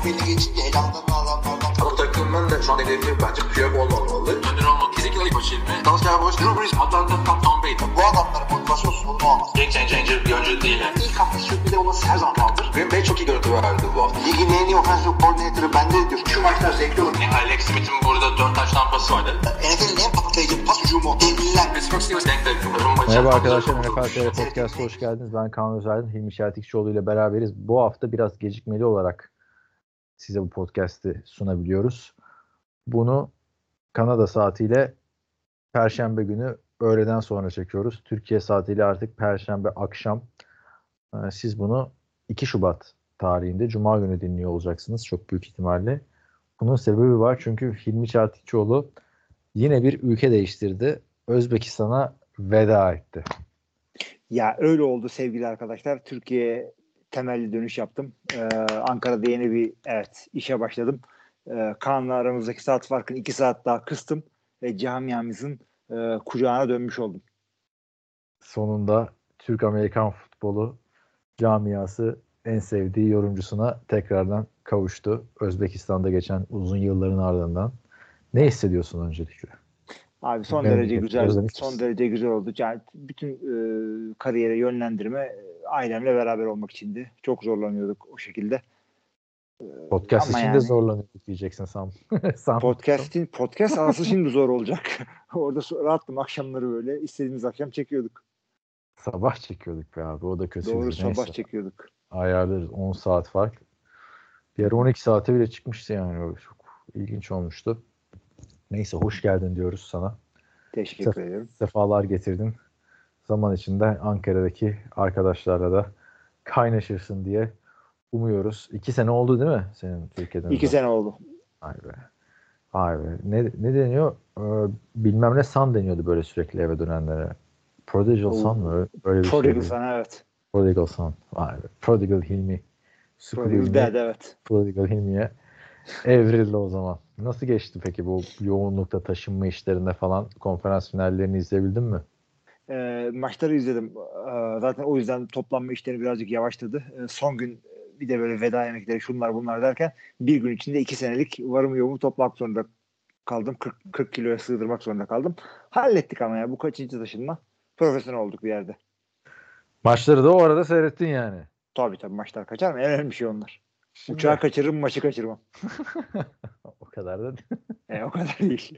belli geçince elamdan adamlardan. Ama bu takımın da şu an hedefi bence Piyok olmamalı. Önder olmalı. Kesinlikle ilk başı ilmi. Dallas Cowboys, Drew Brees, Atlanta, Tom Brady. Bu adamların motivasyonsuz bunu olmaz. Game changer bir oyuncu değil. İlk hafta sürpriz olması her zaman kaldır. Green Bay çok iyi görüntü verdi bu hafta. Ligin en iyi offensive coordinator'ı bende diyor. Şu maçlar zevkli olur. Alex Smith'in burada 4 taş tampası vardı. NFL'in en patlayıcı pas hücumu. Devliler. Pittsburgh Steelers denk denk. Merhaba arkadaşlar, NFL TR Podcast'a hoş geldiniz. Ben Kaan Özaydın, Hilmi Şeltikçioğlu ile beraberiz. Bu hafta biraz gecikmeli olarak size bu podcast'i sunabiliyoruz. Bunu Kanada saatiyle Perşembe günü öğleden sonra çekiyoruz. Türkiye saatiyle artık Perşembe akşam. Siz bunu 2 Şubat tarihinde Cuma günü dinliyor olacaksınız çok büyük ihtimalle. Bunun sebebi var çünkü Hilmi Şeltikçioğlu yine bir ülke değiştirdi. Özbekistan'a veda etti. Ya öyle oldu sevgili arkadaşlar. Türkiye'ye temelli dönüş yaptım. Ankara'da yeni bir işe başladım. Kaan'la aramızdaki saat farkını 2 saat daha kıstım ve camiamızın kucağına dönmüş oldum. Sonunda Türk-Amerikan futbolu camiası en sevdiği yorumcusuna tekrardan kavuştu. Özbekistan'da geçen uzun yılların ardından. Ne hissediyorsun öncelikle? Abi son derece güzel oldu. Yani bütün kariyere yönlendirme ailemle beraber olmak içindi. Çok zorlanıyorduk o şekilde. Podcast için de zorlanıyorduk diyeceksin Sam. Podcast asıl şimdi zor olacak. Orada rahattım akşamları böyle. İstediğimiz akşam çekiyorduk. Sabah çekiyorduk be abi. O da kötü. Doğru sabah çekiyorduk. Ayarlarız. 10 saat fark. Bir ara 12 saate bile çıkmıştı yani. Çok ilginç olmuştu. Neyse hoş geldin diyoruz sana. Teşekkür ederim. Sefalar getirdin. Zaman içinde Ankara'daki arkadaşlarla da kaynaşırsın diye umuyoruz. 2 sene oldu değil mi senin Türkiye'den? 2 sene oldu. Vay be. Ne deniyor? Bilmem ne san deniyordu böyle sürekli eve dönenlere. Prodigal son mu? Böyle bir Prodigal son evet. Prodigal son. Vay be. Prodigal Hilmi. Prodigal Dad evet. Prodigal Hilmi'ye evrildi o zaman. Nasıl geçti peki bu yoğunlukta taşınma işlerinde falan? Konferans finallerini izleyebildin mi? Maçları izledim. Zaten o yüzden toplanma işleri birazcık yavaşladı. Son gün bir de böyle veda yemekleri şunlar bunlar derken bir gün içinde 2 senelik varımı yoğumu toplamak zorunda kaldım. 40 kiloya sığdırmak zorunda kaldım. Hallettik ama ya bu kaçıncı taşınma? Profesyonel olduk bir yerde. Maçları da o arada seyrettin yani. Tabii maçlar kaçar mı? En önemli bir şey onlar. Şimdi... Uçağı kaçırırım, maçı kaçırmam. O kadar da o kadar değil.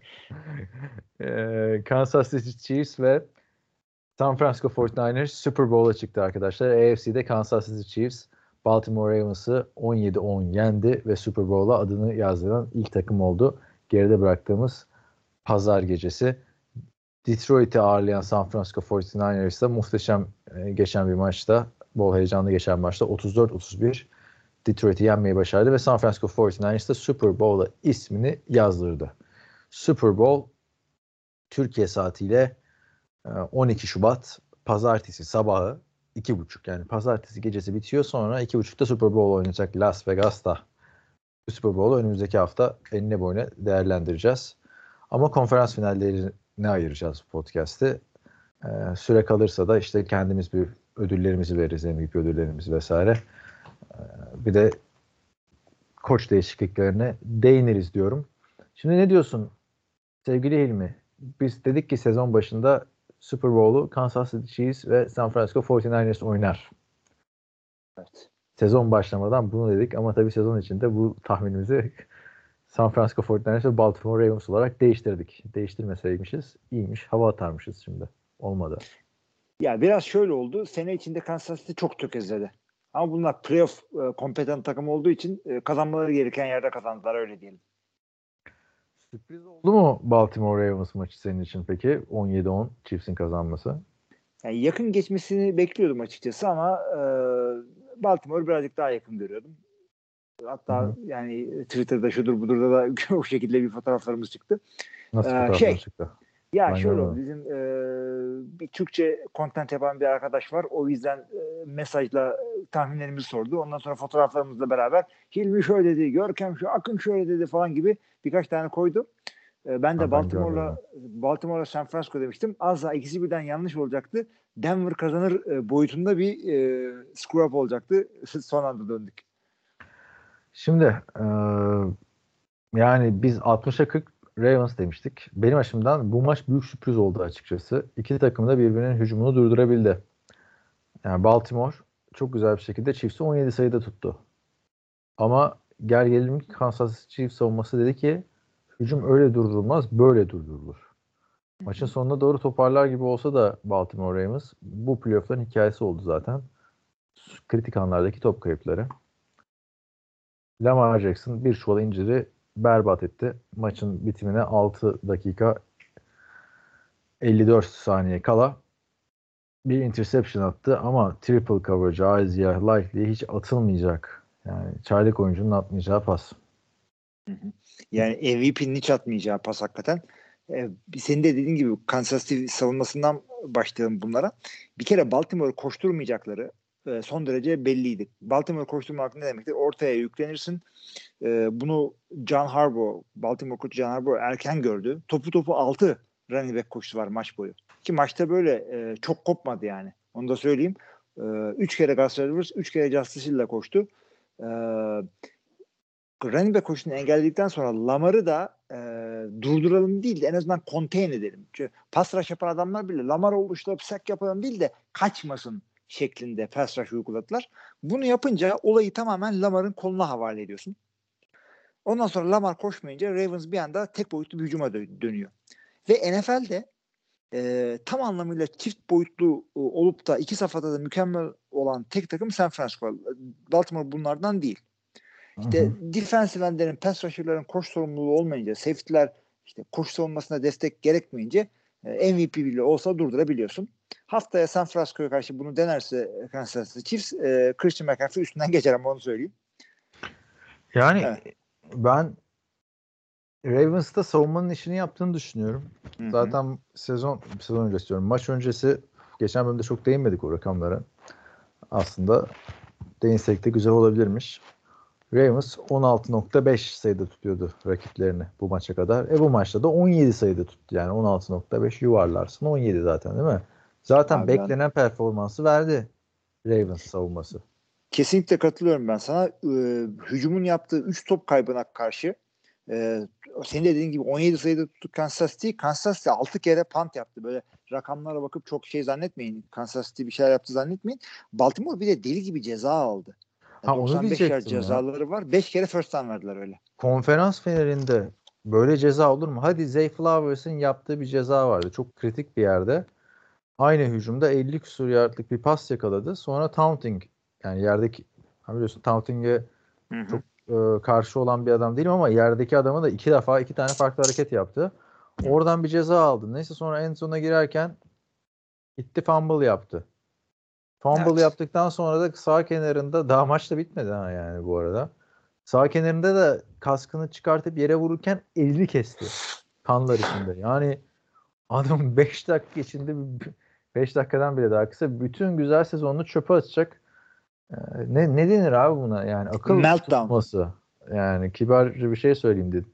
Kansas City Chiefs ve San Francisco 49ers Super Bowl'a çıktı arkadaşlar. AFC'de Kansas City Chiefs Baltimore Ravens'ı 17-10 yendi ve Super Bowl'a adını yazdıran ilk takım oldu. Geride bıraktığımız pazar gecesi. Detroit'i ağırlayan San Francisco 49ers'da muhteşem geçen bir maçta, bol heyecanlı geçen maçta 34-31 Detroit'i yenmeyi başardı ve San Francisco 49ers'da Super Bowl'a ismini yazdırdı. Super Bowl Türkiye saatiyle 12 Şubat pazartesi sabahı 2.30 yani pazartesi gecesi bitiyor, sonra 2.30'da Super Bowl oynayacak Las Vegas'ta. Super Bowl'u önümüzdeki hafta enine boyuna değerlendireceğiz. Ama konferans finallerine ayıracağız bu podcast'ı. Süre kalırsa da işte kendimiz bir ödüllerimizi veririz, MVP ödüllerimizi vesaire. Bir de koç değişikliklerine değiniriz diyorum. Şimdi ne diyorsun sevgili Hilmi? Biz dedik ki sezon başında Super Bowl'u Kansas City Chiefs ve San Francisco 49ers oynar. Evet. Sezon başlamadan bunu dedik ama tabii sezon içinde bu tahminimizi San Francisco 49ers ve Baltimore Ravens olarak değiştirdik. Değiştirmeseymişiz iyiymiş. Hava atarmışız şimdi. Olmadı. Ya biraz şöyle oldu. Sene içinde Kansas City çok tökezledi. Ama bunlar playoff kompetent takım olduğu için kazanmaları gereken yerde kazandılar öyle diyelim. Sürpriz oldu mu Baltimore Ravens maçı senin için peki? 17-10 Chiefs'in kazanması. Yani yakın geçmesini bekliyordum açıkçası ama Baltimore'u birazcık daha yakın görüyordum. Hatta yani Twitter'da şudur budurda da o şekilde bir fotoğraflarımız çıktı. Nasıl fotoğraflar çıktı? Ya ben şöyle oldu. Bizim bir Türkçe content yapan bir arkadaş var. O yüzden mesajla tahminlerimizi sordu. Ondan sonra fotoğraflarımızla beraber Hilmi şöyle dedi, Görkem şu, Akın şöyle dedi falan gibi birkaç tane koydu. Ben de Baltimore'la San Francisco demiştim. Az daha ikisi birden yanlış olacaktı. Denver kazanır boyutunda bir screw up olacaktı. Son anda döndük. Şimdi yani biz 60'a 40 Ravens demiştik. Benim açımdan bu maç büyük sürpriz oldu açıkçası. İki takım da birbirinin hücumunu durdurabildi. Yani Baltimore çok güzel bir şekilde Chiefs'i 17 sayıda tuttu. Ama gel gelelim ki Kansas City Chiefs savunması dedi ki hücum öyle durdurulmaz, böyle durdurulur. Maçın sonuna doğru toparlar gibi olsa da Baltimore Ravens bu playoff'ların hikayesi oldu zaten. Kritik anlardaki top kayıpları. Lamar Jackson bir çuval inciri berbat etti. Maçın bitimine 6 dakika 54 saniye kala bir interception attı ama triple coverage Isaiah Likely'ye hiç atılmayacak. Yani çaylak oyuncunun atmayacağı pas. Yani MVP'nin hiç atmayacağı pas hakikaten. Senin de dediğin gibi Kansas City savunmasından başlayalım bunlara. Bir kere Baltimore koşturmayacakları son derece belliydi. Baltimore koşturmak ne demektir? Ortaya yüklenirsin. Bunu John Harbaugh, Baltimore koçu John Harbaugh erken gördü. Topu 6 running back koşusu var maç boyu. Ki maçta böyle çok kopmadı yani. Onu da söyleyeyim. 3 kere Gus Edwards, 3 kere Justice Hill'le koştu. Running back koşusunu engelledikten sonra Lamar'ı da durduralım değil de en azından contain edelim. Çünkü pass rush yapan adamlar bile Lamar oluşturup sack yapalım değil de kaçmasın şeklinde pass rush uyguladılar. Bunu yapınca olayı tamamen Lamar'ın koluna havale ediyorsun. Ondan sonra Lamar koşmayınca Ravens bir anda tek boyutlu bir hücuma dönüyor. Ve NFL'de tam anlamıyla çift boyutlu olup da iki safhada da mükemmel olan tek takım San Francisco. Baltimore bunlardan değil. İşte defensive endlerin, pass rusher'ların koş sorumluluğu olmayınca, safety'ler işte koş savunmasına destek gerekmeyince MVP bile olsa durdurabiliyorsun. Haftaya San Francisco'ya karşı bunu denerse Kansas City Chiefs, Christian McCaffrey üstünden geçer ama onu söyleyeyim. Yani evet. Ben Ravens'ta savunmanın işini yaptığını düşünüyorum. Hı-hı. Zaten sezon öncesi diyorum. Maç öncesi geçen bölümde çok değinmedik o rakamlara. Aslında değinsek de güzel olabilirmiş. Ravens 16.5 sayıda tutuyordu rakiplerini bu maça kadar. Bu maçta da 17 sayıda tuttu. Yani 16.5 yuvarlarsın 17 zaten değil mi? Zaten Abi beklenen performansı verdi Ravens savunması. Kesinlikle katılıyorum ben sana. Hücumun yaptığı 3 top kaybına karşı senin de dediğin gibi 17 sayıda tuttu Kansas City. Kansas City 6 kere punt yaptı. Böyle rakamlara bakıp çok şey zannetmeyin. Kansas City bir şeyler yaptı zannetmeyin. Baltimore bir de deli gibi ceza aldı. Yani Onu 95 yard diyecektim cezaları var. 5 kere first down verdiler öyle. Konferans finalinde böyle ceza olur mu? Hadi Zay Flowers'ın yaptığı bir ceza vardı. Çok kritik bir yerde. Aynı hücumda 50 küsur yardlık bir pas yakaladı. Sonra taunting, yani yerdeki, biliyorsun taunting'e çok karşı olan bir adam değilim ama yerdeki adama da iki tane farklı hareket yaptı. Oradan bir ceza aldı. Neyse sonra end zone'a girerken gitti fumble yaptı. Fumble yaptıktan sonra da sağ kenarında, daha maç da bitmedi ha yani bu arada. Sağ kenarında da kaskını çıkartıp yere vururken elini kesti. Kanlar içinde. Yani adam 5 dakika içinde 5 dakikadan bile daha kısa bütün güzel sezonunu çöpe atacak. Ne denir abi buna? Yani akıl tutması. Yani kibarca bir şey söyleyeyim dedim.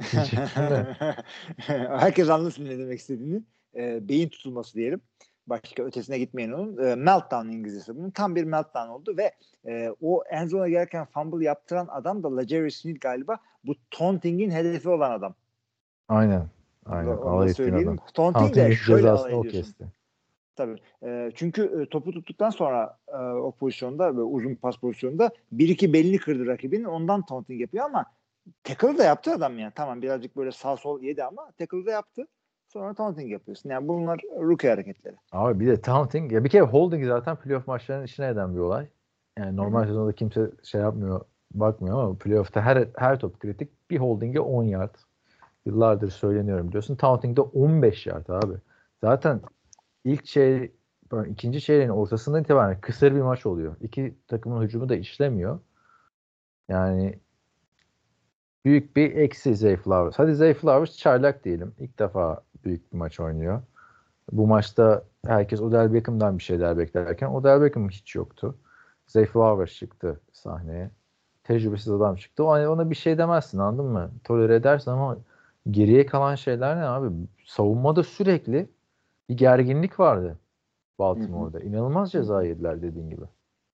Herkes anlasın ne demek istediğini. Beyin tutulması diyelim. Başka ötesine gitmeyen onun. Meltdown İngilizcesi. Bunun tam bir meltdown oldu ve o end zone'a gelirken fumble yaptıran adam da L'Jarius Sneed galiba. Bu taunting'in hedefi olan adam. Aynen. Onu da söyleyelim. Taunting de şöyle alay ediyorsun. Kesti. Tabii. Çünkü topu tuttuktan sonra o pozisyonda ve uzun pas pozisyonunda 1-2 belini kırdı rakibinin. Ondan taunting yapıyor ama tackle da yaptı adam yani. Tamam birazcık böyle sağ sol yedi ama tackle da yaptı. Sonra taunting yapıyorsun. Yani bunlar rookie hareketleri. Abi bir de taunting. Ya bir kere holding zaten playoff maçlarının işine eden bir olay. Yani normal sezonda kimse şey yapmıyor, bakmıyor ama playoff'ta her top kritik. Bir holding'e 10 yard. Yıllardır söyleniyorum biliyorsun. Taunting'de 15 yard abi. Zaten ikinci çeyreğin ortasından itibaren kısır bir maç oluyor. İki takımın hücumu da işlemiyor. Yani büyük bir eksi Zay Flowers. Hadi Zay Flowers çaylak diyelim. İlk defa büyük bir maç oynuyor. Bu maçta herkes Odell Beckham'dan bir şeyler beklerken Odell Beckham hiç yoktu. Zay Flowers çıktı sahneye. Tecrübesiz adam çıktı. Ona bir şey demezsin, anladın mı? Tolere edersin ama geriye kalan şeyler ne abi? Savunmada sürekli bir gerginlik vardı Baltimore'da. İnanılmaz ceza yediler dediğin gibi.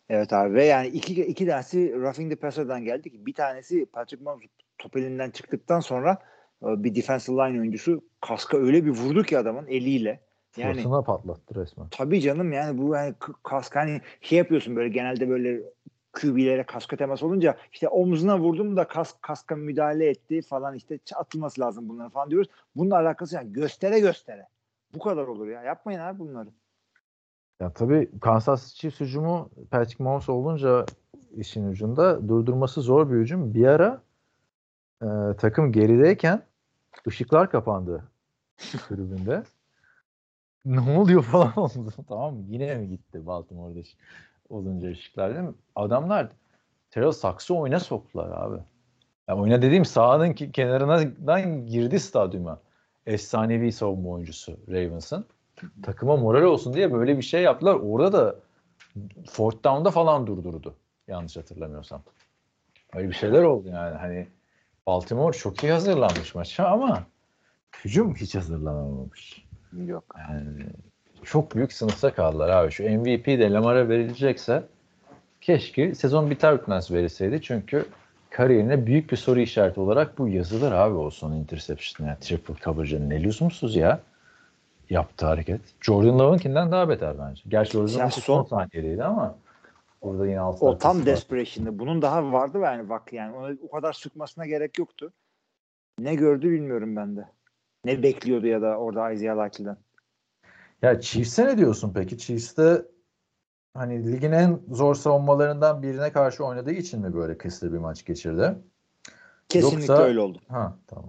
Evet abi ve yani iki tanesi roughing the passer'dan geldi ki bir tanesi Patrick Mahomes top elinden çıktıktan sonra bir defensive line oyuncusu kaska öyle bir vurdu ki adamın eliyle. Yani Suratına patlattı resmen. tabii canım yani bu yani kask hani şey yapıyorsun böyle genelde böyle QB'lere kaska temas olunca işte omzuna vurdum da kaska müdahale etti falan işte atılması lazım bunların falan diyoruz. Bununla alakası yani göstere. Bu kadar olur ya. Yapmayın abi bunları. Ya tabii Kansas City Chiefs hücumu Patrick Mahomes olunca işin ucunda durdurması zor bir hücum. Bir ara takım gerideyken ışıklar kapandı tribünde. Ne oluyor falan oldu. Tamam mı? Yine mi gitti Baltimore'da olunca ışıklar değil mi? Adamlar Terrell Sachs'ı oyuna soktular abi. Yani oyuna dediğim sahanın kenarından girdi stadyuma. Efsanevi savunma oyuncusu Ravens'ın. Takıma moral olsun diye böyle bir şey yaptılar. Orada da fourth down'da falan durdurdu. Yanlış hatırlamıyorsam. Öyle bir şeyler oldu yani. Hani Baltimore çok iyi hazırlanmış maça ama hücum hiç hazırlanamamış. Yok. Yani çok büyük sınıfta kaldılar abi. Şu MVP de Lamar'a verilecekse keşke sezon biter bitmez verilseydi. Çünkü kariyerine büyük bir soru işareti olarak bu yazılır abi o son interception. Yani triple coverage'ın ne lüzumsuz ya yaptığı hareket. Jordan Love'ınkinden daha beter bence. Gerçi Jordan Ya Love'ınki son saniyedeydi ama burada yine 6 o tam dakikası var. desperation'dı. Bunun daha vardı ve yani bak yani ona o kadar sıkmasına gerek yoktu. Ne gördü bilmiyorum ben de. Ne bekliyordu ya da orada Isaiah Likely'den. Ya Chiefs'e ne diyorsun peki? Chiefs'te hani ligin en zor savunmalarından birine karşı oynadığı için mi böyle kısır bir maç geçirdi? Kesinlikle Yoksa öyle oldu. tamam.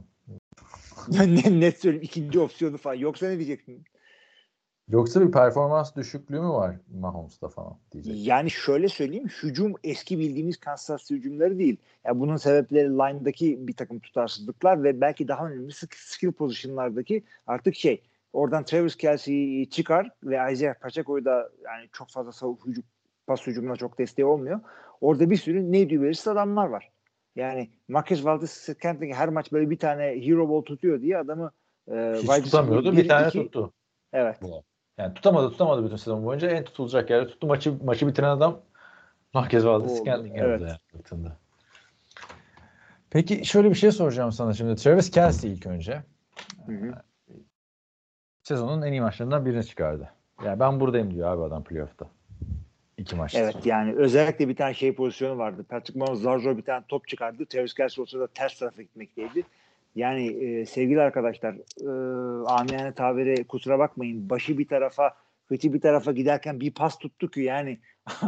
Net söyleyeyim ikinci opsiyonu falan. Yoksa ne diyeceksin? Yoksa bir performans düşüklüğü mü var Mahomes'ta falan diyecek. Yani şöyle söyleyeyim. Hücum eski bildiğimiz Kansas City hücumları değil. Ya bunun sebepleri line'daki bir takım tutarsızlıklar ve belki daha önemli skill pozisyonlardaki artık oradan Travis Kelce'yi çıkar ve Isaiah Pacheco'yu da yani çok fazla pas hücumuna çok desteği olmuyor. Orada bir sürü ne diyor verirse adamlar var. Yani Marquez Valdez-Scantling her maç böyle bir tane hero ball tutuyor diye adamı Hiç wide receiver tutamıyordu. 1 Bir tane 2 tuttu. evet. Yani tutamadı bütün sezon boyunca. En tutulacak yerde tuttu. Maçı bitiren adam Marquez Oldu. Valdez-Scantling oldu Evet. yani baktığında. Peki şöyle bir şey soracağım sana şimdi. Travis Kelce ilk önce. Hı hı. Sezonun en iyi maçlarından birini çıkardı. Yani ben buradayım diyor abi adam playoff'ta. 2 maçtır. Evet yani özellikle bir tane pozisyonu vardı. Patrick Mahomes zar zor bir tane top çıkardı. Travis Kelce o sırada ters tarafa gitmekteydi. Yani sevgili arkadaşlar amiyane tabiri kusura bakmayın. Başı bir tarafa kötü bir tarafa giderken bir pas tuttu ki yani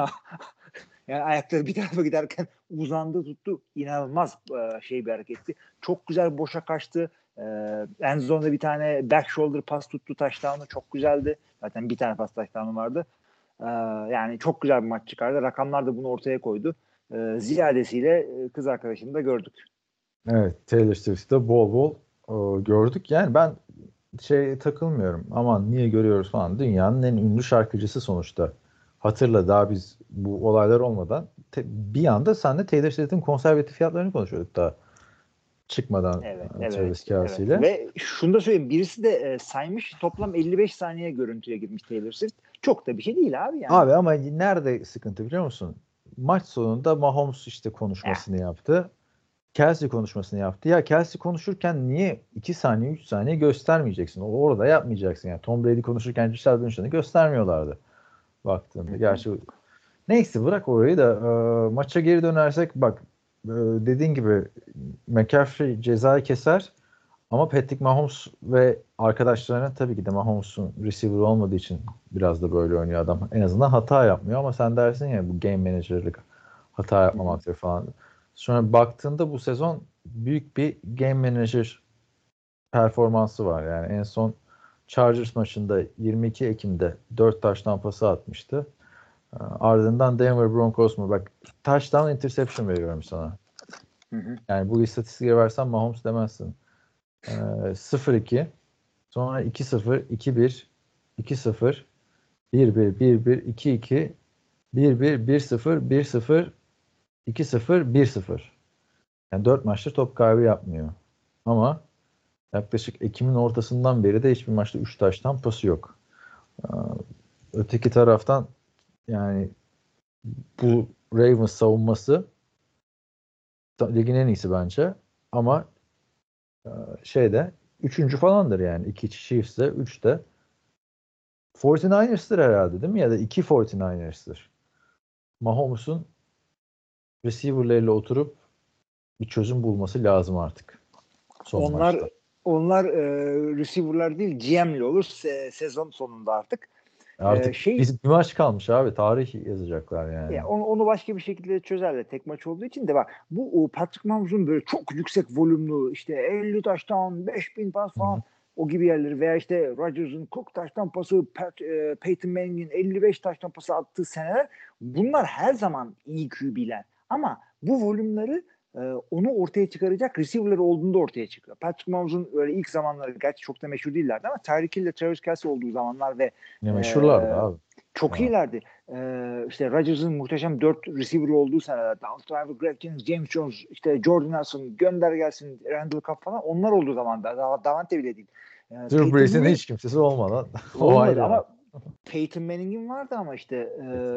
yani ayakları bir tarafa giderken uzandı tuttu. İnanılmaz bir hareketti. Çok güzel boşa kaçtı. End zone'da bir tane back shoulder pas tuttu touchdown'u. Çok güzeldi. Zaten bir tane pas touchdown'u vardı. Yani çok güzel bir maç çıkardı. Rakamlar da bunu ortaya koydu. Ziyadesiyle kız arkadaşını da gördük. Evet, Taylor Swift'te bol bol gördük. Yani ben takılmıyorum. Aman niye görüyoruz falan. Dünyanın en ünlü şarkıcısı sonuçta. Hatırla daha biz bu olaylar olmadan bir anda senle Taylor Swift'in konser bileti fiyatlarını konuşuyorduk daha çıkmadan Travis Kelce Evet. ile. Ve şunu da söyleyeyim. Birisi de saymış toplam 55 saniye görüntüye girmiş Taylor Swift. Çok da bir şey değil abi yani. Abi ama nerede sıkıntı biliyor musun? Maç sonunda Mahomes işte konuşmasını yaptı. Kelce konuşmasını yaptı. Ya Kelce konuşurken niye 2 saniye 3 saniye göstermeyeceksin? Orada yapmayacaksın. Yani Tom Brady konuşurken Gisele Bündchen'i göstermiyorlardı baktığında. Gerçi neyse bırak orayı da maça geri dönersek bak dediğin gibi McCaffrey cezayı keser ama Patrick Mahomes ve arkadaşlarına tabii ki de Mahomes'un receiver olmadığı için biraz da böyle oynuyor adam. En azından hata yapmıyor ama sen dersin ya bu game manager'lık hata yapmamaktır falan. Sonra baktığında bu sezon büyük bir game manager performansı var. Yani en son Chargers maçında 22 Ekim'de 4 touchdown pası atmıştı. Ardından Denver Broncos mu? Bak touchdown interception veriyorum sana. Yani bu istatistiği versen Mahomes demezsin. 0-2 sonra 2-0 2-1 2-0 1-1 1-1 2-2 1-1 1-0 1-0 2-0 1-0. Yani 4 maçtır top kaybı yapmıyor. Ama yaklaşık Ekim'in ortasından beri de hiçbir maçta 3 taştan pası yok. Öteki taraftan yani bu Ravens savunması ligin en iyisi bence. Ama şeyde 3. falandır yani. 2 Chiefs'te 3'te 49ers'tır herhalde değil mi? Ya da 2 49ers'tır. Mahomes'un receiver'larıyla oturup bir çözüm bulması lazım artık. Son maçta. Onlar receiver'lar değil GM'li olur sezon sonunda artık. Artık bir maç kalmış abi. Tarih yazacaklar yani. Ya onu başka bir şekilde çözerler. Tek maç olduğu için de bak. Bu Patrick Mahomes'un böyle çok yüksek volümlü işte 50 taştan 5000 pas falan Hı-hı. o gibi yerleri veya işte Rodgers'ın 40 taştan pası Peyton Manning'in 55 taştan pası attığı seneler bunlar her zaman iyi QB'ler. Ama bu volümleri onu ortaya çıkaracak receiver'ları olduğunda ortaya çıkıyor. Patrick Mahomes'un öyle ilk zamanları gerçi çok da meşhur değillerdi ama Tyreek Hill ile Travis Kelce olduğu zamanlar ve ne meşhurlardı abi. çok iyilerdi. İşte Rodgers'ın muhteşem 4 receiver olduğu senelerde Dalton Driver, Greg Jennings, James Jones, işte Jordan Nelson, gönder gelsin, Randall Cobb falan onlar olduğu zamanda. Davante bile değil. Drew Brees'in hiç kimsesi olmadan. Olmadı ama Peyton Manning'in vardı ama işte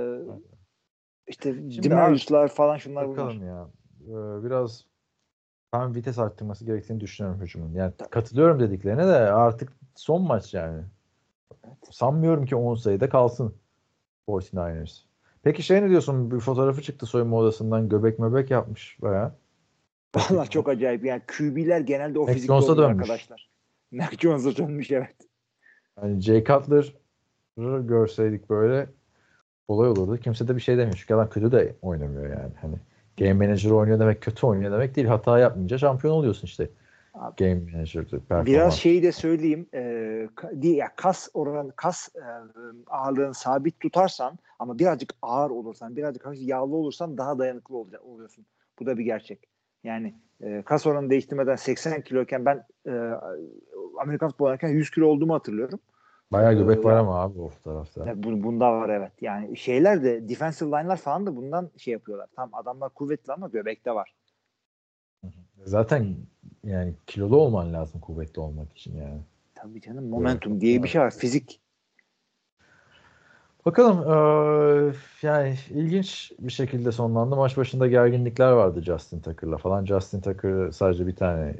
Demarius'lar falan şunlar bakalım bunlar. Ya. Biraz ben vites arttırması gerektiğini düşünüyorum hücumun. Yani katılıyorum dediklerine de artık son maç yani. Evet. Sanmıyorum ki 10 sayıda kalsın 49ers. Peki ne diyorsun? Bir fotoğrafı çıktı soyunma odasından. Göbek möbek yapmış bayağı. Vallahi çok acayip. Yani QB'ler genelde o fizikte oluyor arkadaşlar. Mac Jones'a dönmüş evet. Yani Jay Cutler'ı görseydik böyle olay olurdu. Kimse de bir şey demiyor. Çünkü adam kötü de oynamıyor yani. Hani game manager oynuyor demek kötü oynuyor demek değil. Hata yapmayınca şampiyon oluyorsun işte. Abi, game manager'da performans. Biraz şeyi de söyleyeyim. Kas ağırlığını sabit tutarsan ama birazcık ağır olursan, birazcık hafif yağlı olursan daha dayanıklı oluyorsun. Bu da bir gerçek. Yani kas oranı değiştirmeden 80 kiloyken ben Amerikan futbolu oynarken 100 kilo olduğumu hatırlıyorum. Bayağı göbek var ama abi o tarafta. Bunda var evet. Yani şeyler de defensive line'lar falan da bundan şey yapıyorlar. Tam adamlar kuvvetli ama göbekte var. Zaten yani kilolu olman lazım kuvvetli olmak için yani. Tabii canım momentum diye bir şey var. Fizik. Bakalım yani ilginç bir şekilde sonlandı. Maç başında gerginlikler vardı Justin Tucker'la falan. Justin Tucker sadece bir tane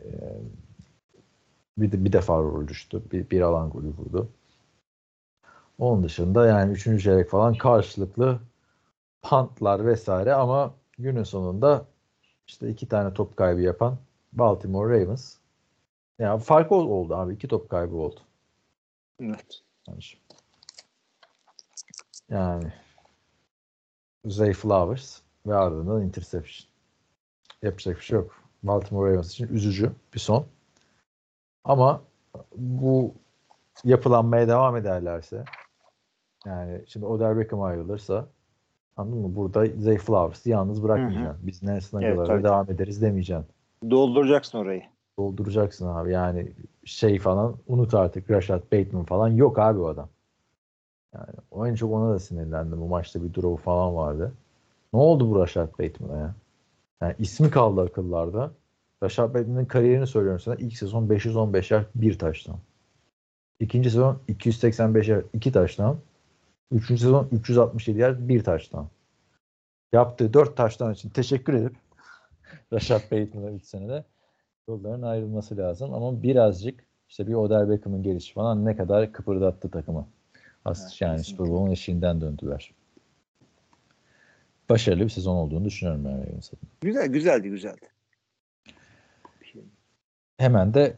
bir defa rol düştü. Bir alan golü vurdu. Onun dışında yani 3. çeyrek falan karşılıklı puntlar vesaire ama günün sonunda işte 2 tane top kaybı yapan Baltimore Ravens. Yani fark oldu abi. 2 top kaybı oldu. Evet. Yani Zay Flowers ve ardından interception. Yapacak bir şey yok. Baltimore Ravens için üzücü bir son. Ama bu yapılanmaya devam ederlerse yani şimdi Odell Beckham ayrılırsa anladın mı? Burada Zay Flowers'ı yalnız bırakmayacaksın. Biz Nelson Aguilar'la devam ederiz demeyeceksin. Dolduracaksın orayı. Dolduracaksın abi. Yani falan unut artık. Rashad Bateman falan yok abi o adam. Yani en çok ona da sinirlendim. Bu maçta bir draw falan vardı. Ne oldu bu Rashad Bateman'a ya? Yani ismi kaldı akıllarda. Rashad Bateman'ın kariyerini söylüyorum sana. İlk sezon 515 yard 1 taştan. İkinci sezon 285 yard 2 taştan. Üçüncü sezon 367 yard 1 taştan. Yaptığı 4 taştan için teşekkür edip Rashad Bateman'a 3 senede yolların ayrılması lazım. Ama birazcık işte bir Odell Beckham'ın gelişi falan ne kadar kıpırdattı takımı. Evet, yani Super Bowl'un eşiğinden döndüler. Başarılı bir sezon olduğunu düşünüyorum yani. Güzeldi. Hemen de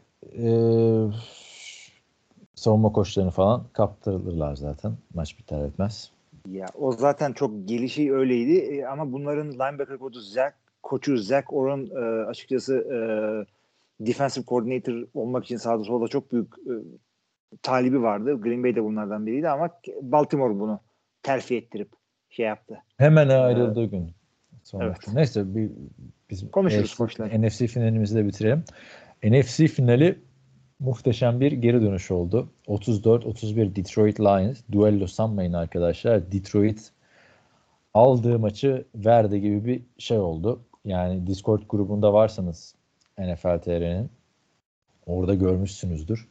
savunma koçlarını falan kaptırırlar zaten. Maç biter etmez. Ya o zaten çok gelişi öyleydi ama bunların linebacker koçu Zach Orr'un açıkçası defensive coordinator olmak için sağda solda çok büyük talibi vardı. Green Bay de bunlardan biriydi ama Baltimore bunu terfi ettirip şey yaptı. Hemen ayrıldığı gün. Evet. Neyse biz konuşuruz koçlar. NFC finalimizi de bitirelim. NFC finali muhteşem bir geri dönüş oldu. 34-31 Detroit Lions. Duello sanmayın arkadaşlar. Detroit aldığı maçı verdi gibi bir şey oldu. Yani Discord grubunda varsanız NFL TR'nin orada görmüşsünüzdür.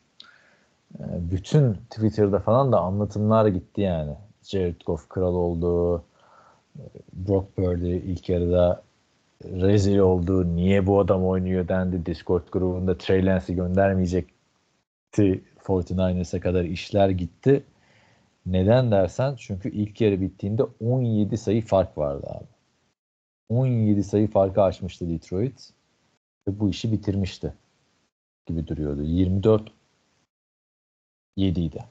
Bütün Twitter'da falan da anlatımlar gitti yani. Jared Goff kral oldu. Brock Purdy ilk yarıda rezil oldu. Niye bu adam oynuyor dendi. Discord grubunda Trey Lance'i göndermeyecekti. 49ers'e kadar işler gitti. Neden dersen çünkü ilk yarı bittiğinde 17 sayı fark vardı abi. 17 sayı farkı açmıştı Detroit ve bu işi bitirmişti gibi duruyordu. 24-7 idi.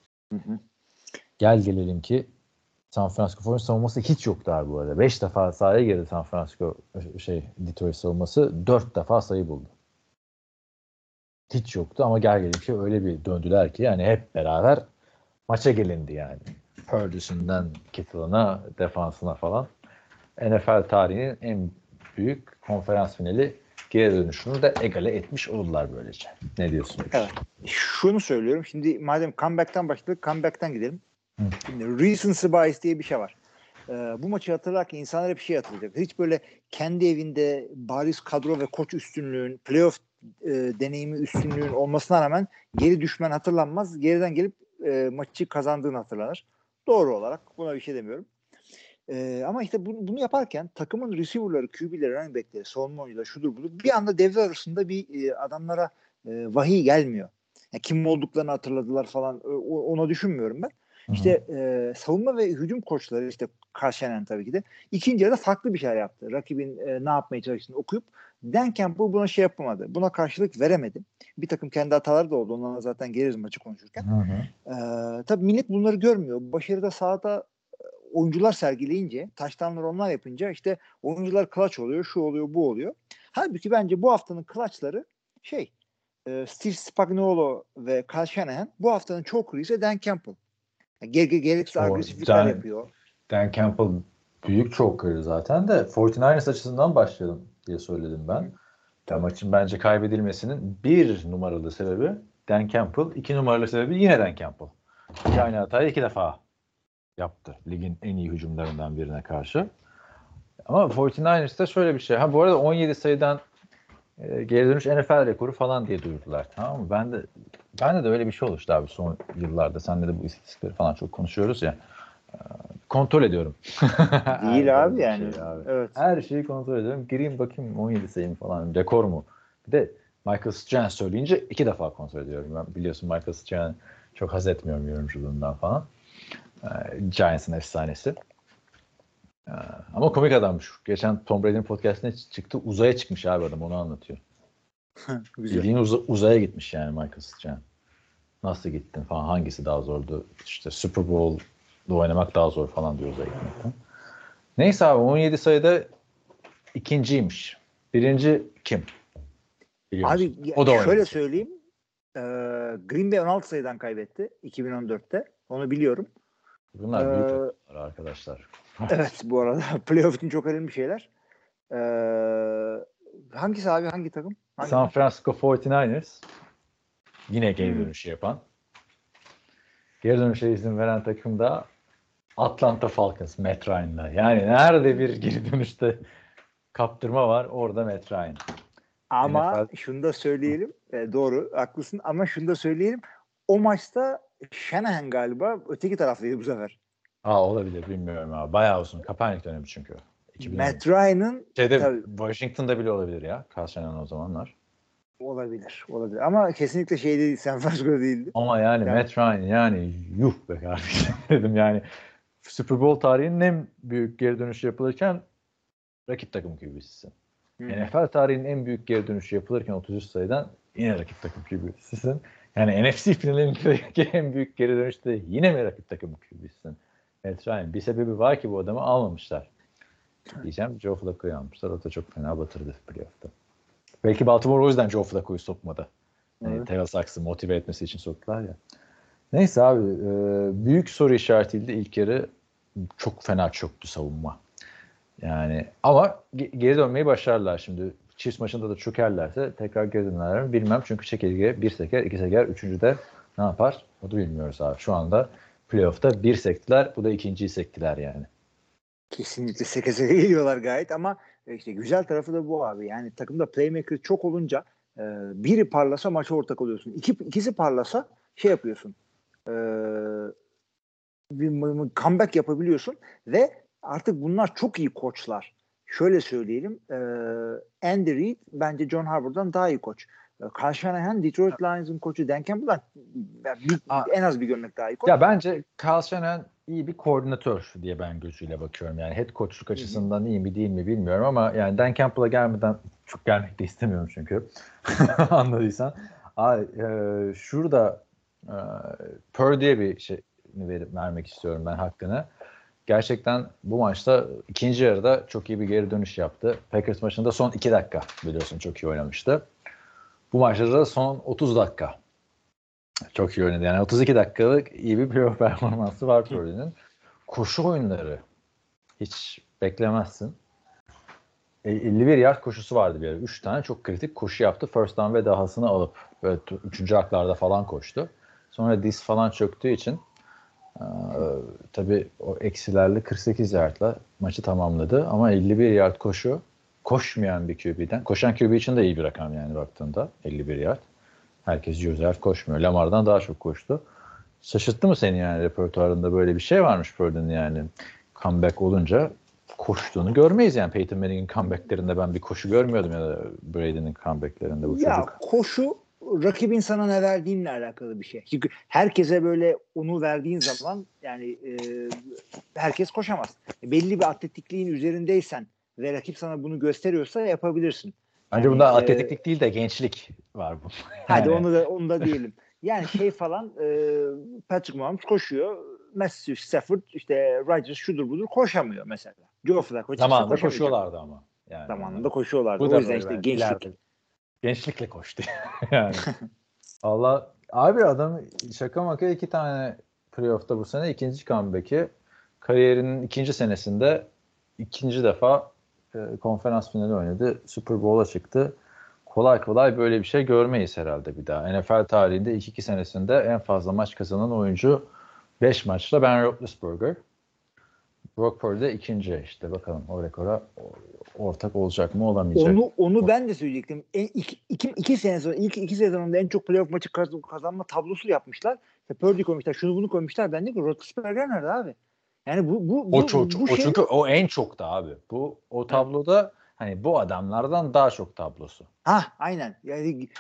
Gel gelelim ki San Francisco 49ers savunması hiç yoktu abi bu arada. 5 defa sahaya girdi San Francisco Detroit savunması. 4 defa sayı buldu. Hiç yoktu ama gel gelelim ki öyle bir döndüler ki yani hep beraber maça gelindi yani. Purdy'sinden Kittle'ına, defansına falan. NFL tarihinin en büyük konferans finali geri dönüşünü de egale etmiş oldular böylece. Ne diyorsun? Evet. Şunu söylüyorum. Şimdi madem comeback'ten başladık, comeback'ten gidelim. Şimdi recency bias diye bir şey var. Bu maçı hatırlarken insanlar hep şey hatırlayacak. Hiç böyle kendi evinde bariz kadro ve koç üstünlüğün, playoff deneyimi üstünlüğün olmasına rağmen geri düşmen hatırlanmaz. Geriden gelip maçı kazandığını hatırlanır. Doğru olarak. Buna bir şey demiyorum. Ama işte bunu yaparken takımın receiver'ları, QB'leri, running back'leri, savunma oyuncuları, şudur budur bir anda devre arasında bir adamlara vahiy gelmiyor. Yani kim olduklarını hatırladılar falan. Ona düşünmüyorum ben. İşte savunma ve hücum koçları işte Karşenen tabii ki de ikinci yarıda farklı bir şeyler yaptı. Rakibin ne yapmaya çalıştığını okuyup Dan Campbell buna şey yapamadı. Buna karşılık veremedi. Bir takım kendi hataları da oldu. Onlarla zaten geliriz maçı konuşurken. Tabii millet bunları görmüyor. Başarıda sahada oyuncular sergileyince, touchdown'ları onlar yapınca işte oyuncular clutch oluyor, şu oluyor, bu oluyor. Halbuki bence bu haftanın clutch'ları Steve Spagnuolo ve Kyle Shanahan bu haftanın choker'ı ise Dan Campbell. Gereksiz agresiflikler yapıyor. Dan Campbell büyük choker zaten de 49ers açısından başlayalım diye söyledim ben. Maçın bence kaybedilmesinin bir numaralı sebebi Dan Campbell, 2 numaralı sebebi yine Dan Campbell. Aynı hatayı 2 defa yaptı. Ligin en iyi hücumlarından birine karşı. Ama 49ers'te şöyle bir şey. Bu arada 17 sayıdan geri dönüş NFL rekoru falan diye duyurdular. Tamam mı? Bende de öyle bir şey oluştu abi son yıllarda. Seninle de bu istatistikleri falan çok konuşuyoruz ya. Kontrol ediyorum. Değil abi yani. Abi. Evet. Her şeyi kontrol ediyorum. Gireyim bakayım 17 sayım falan. Rekor mu? Bir de Michael Strahan söyleyince 2 defa kontrol ediyorum. Ben biliyorsun Michael Strahan çok haz etmiyorum yorumculuğundan falan. Giants'ın efsanesi. Ama komik adammış. Geçen Tom Brady'nin podcastine çıktı. Uzaya çıkmış abi adam. Onu anlatıyor. Bildiğin uzaya gitmiş yani Michael Strahan. Nasıl gittin falan. Hangisi daha zordu? İşte Super Bowl'da oynamak daha zor falan diyor uzaya gitmekten. Neyse abi 17 sayıda ikinciymiş. Birinci kim? Abi o da şöyle söyleyeyim. Green Bay 16 sayıdan kaybetti 2014'te. Onu biliyorum. Bunlar büyük rakamlar arkadaşlar. Evet bu arada playoff için çok önemli şeyler. Hangisi abi? Hangi takım? San Francisco 49ers yine geri dönüşü yapan. Geri dönüşe izin veren takım da Atlanta Falcons, Matt Ryan'la. Yani nerede bir geri dönüşte kaptırma var orada Matt Ryan. Ama şunu da söyleyelim. Doğru haklısın ama şunu da söyleyelim. O maçta Shanahan galiba öteki taraftaydı bu sefer. Olabilir bilmiyorum abi. Bayağı uzun. Kaepernick dönemi çünkü. Matt Ryan'ın Washington'da bile olabilir ya. Kyle Shanahan o zamanlar. Olabilir. Ama kesinlikle şey değil. San Francisco değildi. Ama yani Matt Ryan yani yuh be kardeşim dedim yani. Super Bowl tarihinin en büyük geri dönüşü yapılırken rakip takım QB'sisin. NFL tarihinin en büyük geri dönüşü yapılırken 33 sayıdan yine rakip takım QB'sisin. Yani NFC finalindeki en büyük geri dönüşte yine mi rakip takım QB'sisin? Matt Ryan. Bir sebebi var ki bu adamı almamışlar. Diyeceğim Joe Flacco'yu almışlar. O da çok fena batırdı playoff'ta. Belki Baltimore o yüzden Joe Flacco'yu sokmadı. Yani Terrell Sachs'ı motive etmesi için soktular ya. Neyse abi büyük soru işaretiydi ilk yarı. Çok fena çöktü savunma. Yani ama geri dönmeyi başarırlar şimdi. Chiefs maçında da çökerlerse tekrar geri dönerler mi bilmem. Çünkü çekirge bir seker, iki seker, üçüncüde ne yapar? O da bilmiyoruz abi. Şu anda playoff'ta bir sektiler. Bu da ikinciyi sektiler yani. Kesinlikle seke geliyorlar gayet ama işte güzel tarafı da bu abi. Yani takımda playmaker çok olunca biri parlasa maça ortak oluyorsun. İkisi parlasa şey yapıyorsun. Bir comeback yapabiliyorsun ve artık bunlar çok iyi koçlar. Şöyle söyleyelim. Andy Reid bence John Harbaugh'dan daha iyi koç. Kyle Shanahan Detroit Lions'ın koçu. Dan Campbell'dan en az bir gömlek daha iyi koç. Ya bence Kyle Shanahan iyi bir koordinatör diye ben gözüyle bakıyorum. Yani head coachluk açısından iyi mi değil mi bilmiyorum ama yani Dan Campbell'a gelmeden çok gelmek de istemiyorum çünkü. Anladıysan. Şurada Purdy'ye bir şey vermek istiyorum ben hakkını. Gerçekten bu maçta ikinci yarıda çok iyi bir geri dönüş yaptı. Packers maçında son 2 dakika biliyorsun çok iyi oynamıştı. Bu maçta da son 30 dakika çok iyi oynadı. Yani 32 dakikalık iyi bir playoff performansı var Purdy'nin. Koşu oyunları hiç beklemezsin. 51 yard koşusu vardı bir ara. 3 tane çok kritik koşu yaptı. First down ve dahasını alıp 3. haklarda falan koştu. Sonra diz falan çöktüğü için tabii o eksilerle 48 yardla maçı tamamladı. Ama 51 yard koşu koşmayan bir QB'den. Koşan QB için de iyi bir rakam yani baktığında 51 yard. Herkes 100 yard koşmuyor. Lamar'dan daha çok koştu. Şaşırttı mı seni yani repertuarında böyle bir şey varmış Purdy'nin yani comeback olunca koştuğunu görmeyiz yani. Peyton Manning'in comebacklerinde ben bir koşu görmüyordum ya da Brady'nin comebacklerinde bu çocuk. Koşu rakibin sana ne verdiğinle alakalı bir şey. Çünkü herkese böyle onu verdiğin zaman yani herkes koşamaz. Belli bir atletikliğin üzerindeysen ve rakip sana bunu gösteriyorsa yapabilirsin. Bence yani, bunda atletiklik değil de gençlik var bu. Hadi onu da diyelim. Yani falan Patrick Mahomes koşuyor. Matthew Stafford işte Rodgers şudur budur koşamıyor mesela. Joe Flacco zamanında koşuyorlardı ama. Yani zamanında koşuyorlardı. Bu o yüzden işte gençlik. İleride. Gençlikle koştu. Yani. Allah abi adam şaka maka 2 tane playoff'ta bu sene ikinci comeback'i kariyerinin 2. senesinde 2. defa konferans finali oynadı. Super Bowl'a çıktı. Kolay kolay böyle bir şey görmeyiz herhalde bir daha. NFL tarihinde 2 senesinde en fazla maç kazanan oyuncu 5 maçla Ben Roethlisberger. Brock Purdy de 2. işte bakalım o rekora ortak olacak mı olamayacak. Onu ben de söyleyecektim. İki sene sonra ilk 2 sezonunda en çok playoff maçı kazanma tablosu yapmışlar. Purdy koymuşlar, şunu bunu koymuşlar. Ben de ki Roethlisberger nerede abi? Yani bu şey... çünkü o en çok da abi. O tabloda hani bu adamlardan daha çok tablosu. Aynen. Yani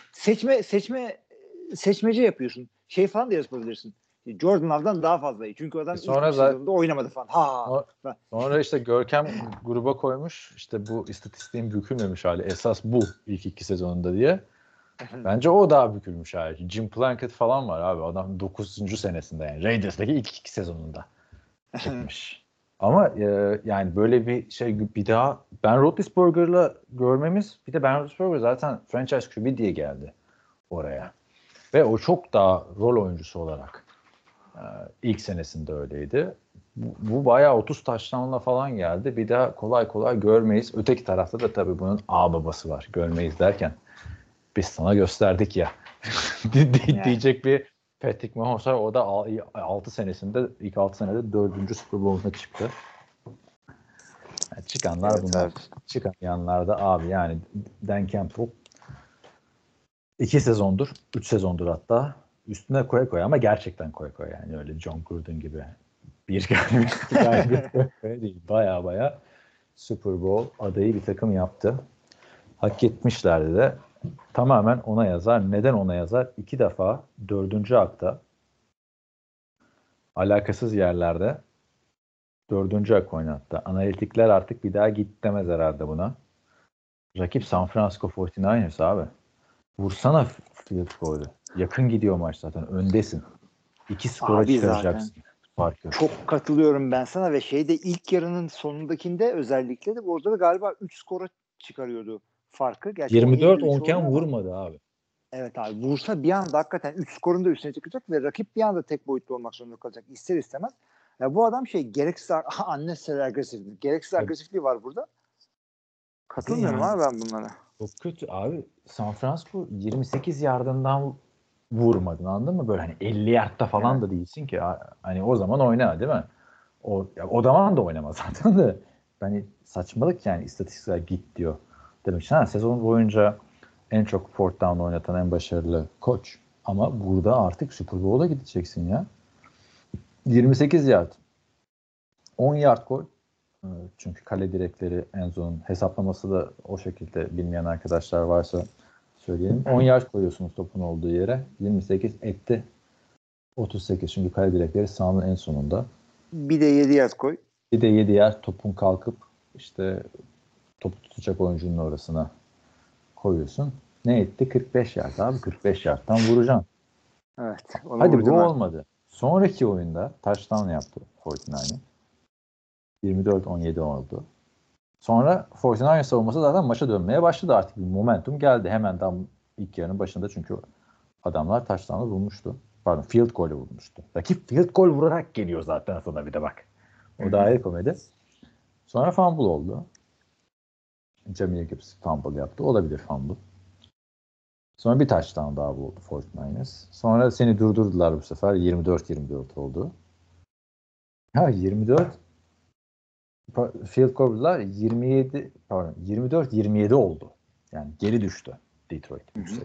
seçmece yapıyorsun. Falan da yapabilirsin. Jordan Love'dan daha fazla iyi. Çünkü adam ilk sezonunda oynamadı falan. Sonra işte Görkem gruba koymuş. İşte bu istatistiğin bükülmemiş hali. Esas bu ilk 2 sezonunda diye. Bence o daha bükülmüş hali. Jim Plunkett falan var abi. Adam 9. senesinde yani. Raiders'daki ilk 2 sezonunda çıkmış. Ama yani böyle bir şey bir daha Ben Roethlisberger'la görmemiz bir de Ben Roethlisberger zaten franchise QB diye geldi oraya. Ve o çok daha rol oyuncusu olarak ilk senesinde öyleydi. Bu bayağı 30 touchdown'la falan geldi. Bir daha kolay kolay görmeyiz. Öteki tarafta da tabii bunun babası var. Görmeyiz derken biz sana gösterdik ya diyecek bir Patrick Mahomes var. O da 6 senesinde ilk 6 senede 4. Super Bowl'una çıktı. Yani çıkanlar bunlar. Evet. Çıkamayanlar da abi yani Dan Campbell 2 sezondur, 3 sezondur hatta üstüne koya ama gerçekten koya yani öyle John Gruden gibi bir galibiyet değil. Baya Super Bowl adayı bir takım yaptı. Hak etmişlerdi de. Tamamen ona yazar. Neden ona yazar? 2 defa 4. hakta alakasız yerlerde 4. hak oynattı. Analitikler artık bir daha git demez herhalde buna. Rakip San Francisco 49ers abi. Vursana field goal'ü. Yakın gidiyor maç zaten. Öndesin. 2 skora çıkaracaksın. Çok katılıyorum ben sana ve ilk yarının sonundakinde özellikle de orada da galiba 3 skora çıkarıyordu farkı. 24-10'ken vurmadı abi. Evet abi. Vursa bir anda hakikaten 3 skorun da üstüne çıkacak ve rakip bir anda tek boyutlu olmak zorunda kalacak. İster istemez. Ya bu adam gereksiz unnecessary agresiflik. Gereksiz agresifliği var burada. Katılmıyorum abi ben bunlara. Çok kötü abi. San Francisco 28 yardından vurmadın anladın mı? Böyle hani 50 yardta falan da değilsin ki. Hani o zaman oyna değil mi? O zaman da oynamaz zaten de. Yani saçmalık yani istatistikler git diyor. Demek ki sezon boyunca en çok fourth down oynatan en başarılı koç. Ama burada artık Super Bowl'a gideceksin ya. 28 yard. 10 yard koy. Çünkü kale direkleri Enzo'nun hesaplaması da o şekilde, bilmeyen arkadaşlar varsa söyleyelim. 10 yard koyuyorsunuz topun olduğu yere. 28 etti. 38 çünkü kale direkleri sahanın en sonunda. Bir de 7 yard koy. Bir de 7 yard topun kalkıp işte topu tutacak oyuncunun orasına koyuyorsun. Ne etti? 45 yard abi. 45 yardtan vuracaksın. Evet. Hadi bu olmadı. Sonraki oyunda touchdown yaptı 49ers. 24-17 oldu. Sonra 49ers savunması zaten maça dönmeye başladı artık. Bir momentum geldi. Hemen tam ilk yarının başında çünkü adamlar touchdown'ı bulmuştu. Pardon, field goal'ü bulmuştu. Rakip field goal vurarak geliyor zaten sonra bir de bak. O da ayrı komedi. Sonra fumble oldu. Jamie Gibbs fumble yaptı. Olabilir fumble. Sonra bir touchdown daha buldu 49ers. Sonra seni durdurdular bu sefer. 24-24 oldu. Ya 24 field goal'lar 24-27 oldu. Yani geri düştü Detroit.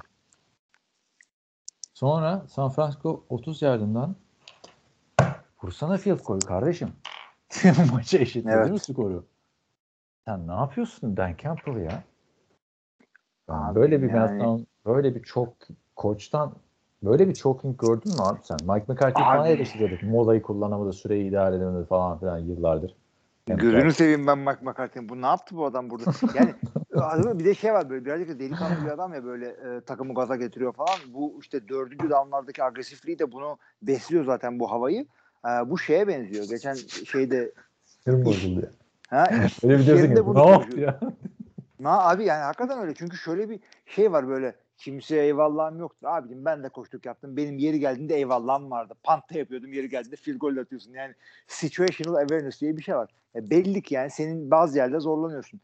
Sonra San Francisco 30 yardından vursana field goal kardeşim. Maçı eşitledi mi skoru? Sen ne yapıyorsun Dan Campbell ya? Abi böyle bir yani... meltdown, böyle bir çok koçtan böyle bir choking gördün mü abi sen? Mike McCarthy falan eleştiriyorduk. Molayı kullanamadı, süreyi idare edemedi falan filan yıllardır. Gözünü seveyim ben Mike McCarthy'nin. Bu ne yaptı bu adam burada? Yani bir de şey var böyle birazcık da delikanlı bir adam ya böyle takımı gaza getiriyor falan. Bu işte 4. down'lardaki agresifliği de bunu besliyor zaten bu havayı. Bu şeye benziyor. Geçen şeyde bozuldu ya. Öyle bir diyorsun ki ne yaptı ya? Abi yani hakikaten öyle. Çünkü şöyle bir şey var böyle kimseye eyvallahım yoktur. Abicim ben de koştuk yaptım. Benim yeri geldiğinde eyvallahım vardı. Pantta yapıyordum. Yeri geldiğinde field goal atıyorsun. Yani situational awareness diye bir şey var. Belli ki yani senin bazı yerde zorlanıyorsun.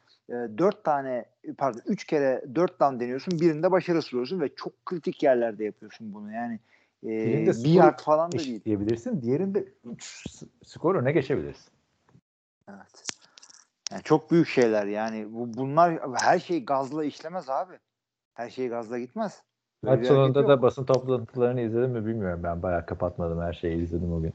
3 kere 4 down deniyorsun. Birinde başarısız oluyorsun ve çok kritik yerlerde yapıyorsun bunu. Yani bir yard falan da değil. Diyebilirsin. Diğerinde 3 skor öne geçebilirsin. Evet. Yani çok büyük şeyler yani. Bunlar her şey gazla işlemez abi. Her şey gazla gitmez. Maç sonunda da basın toplantılarını izledim mi bilmiyorum. Ben bayağı kapatmadım, her şeyi izledim o gün.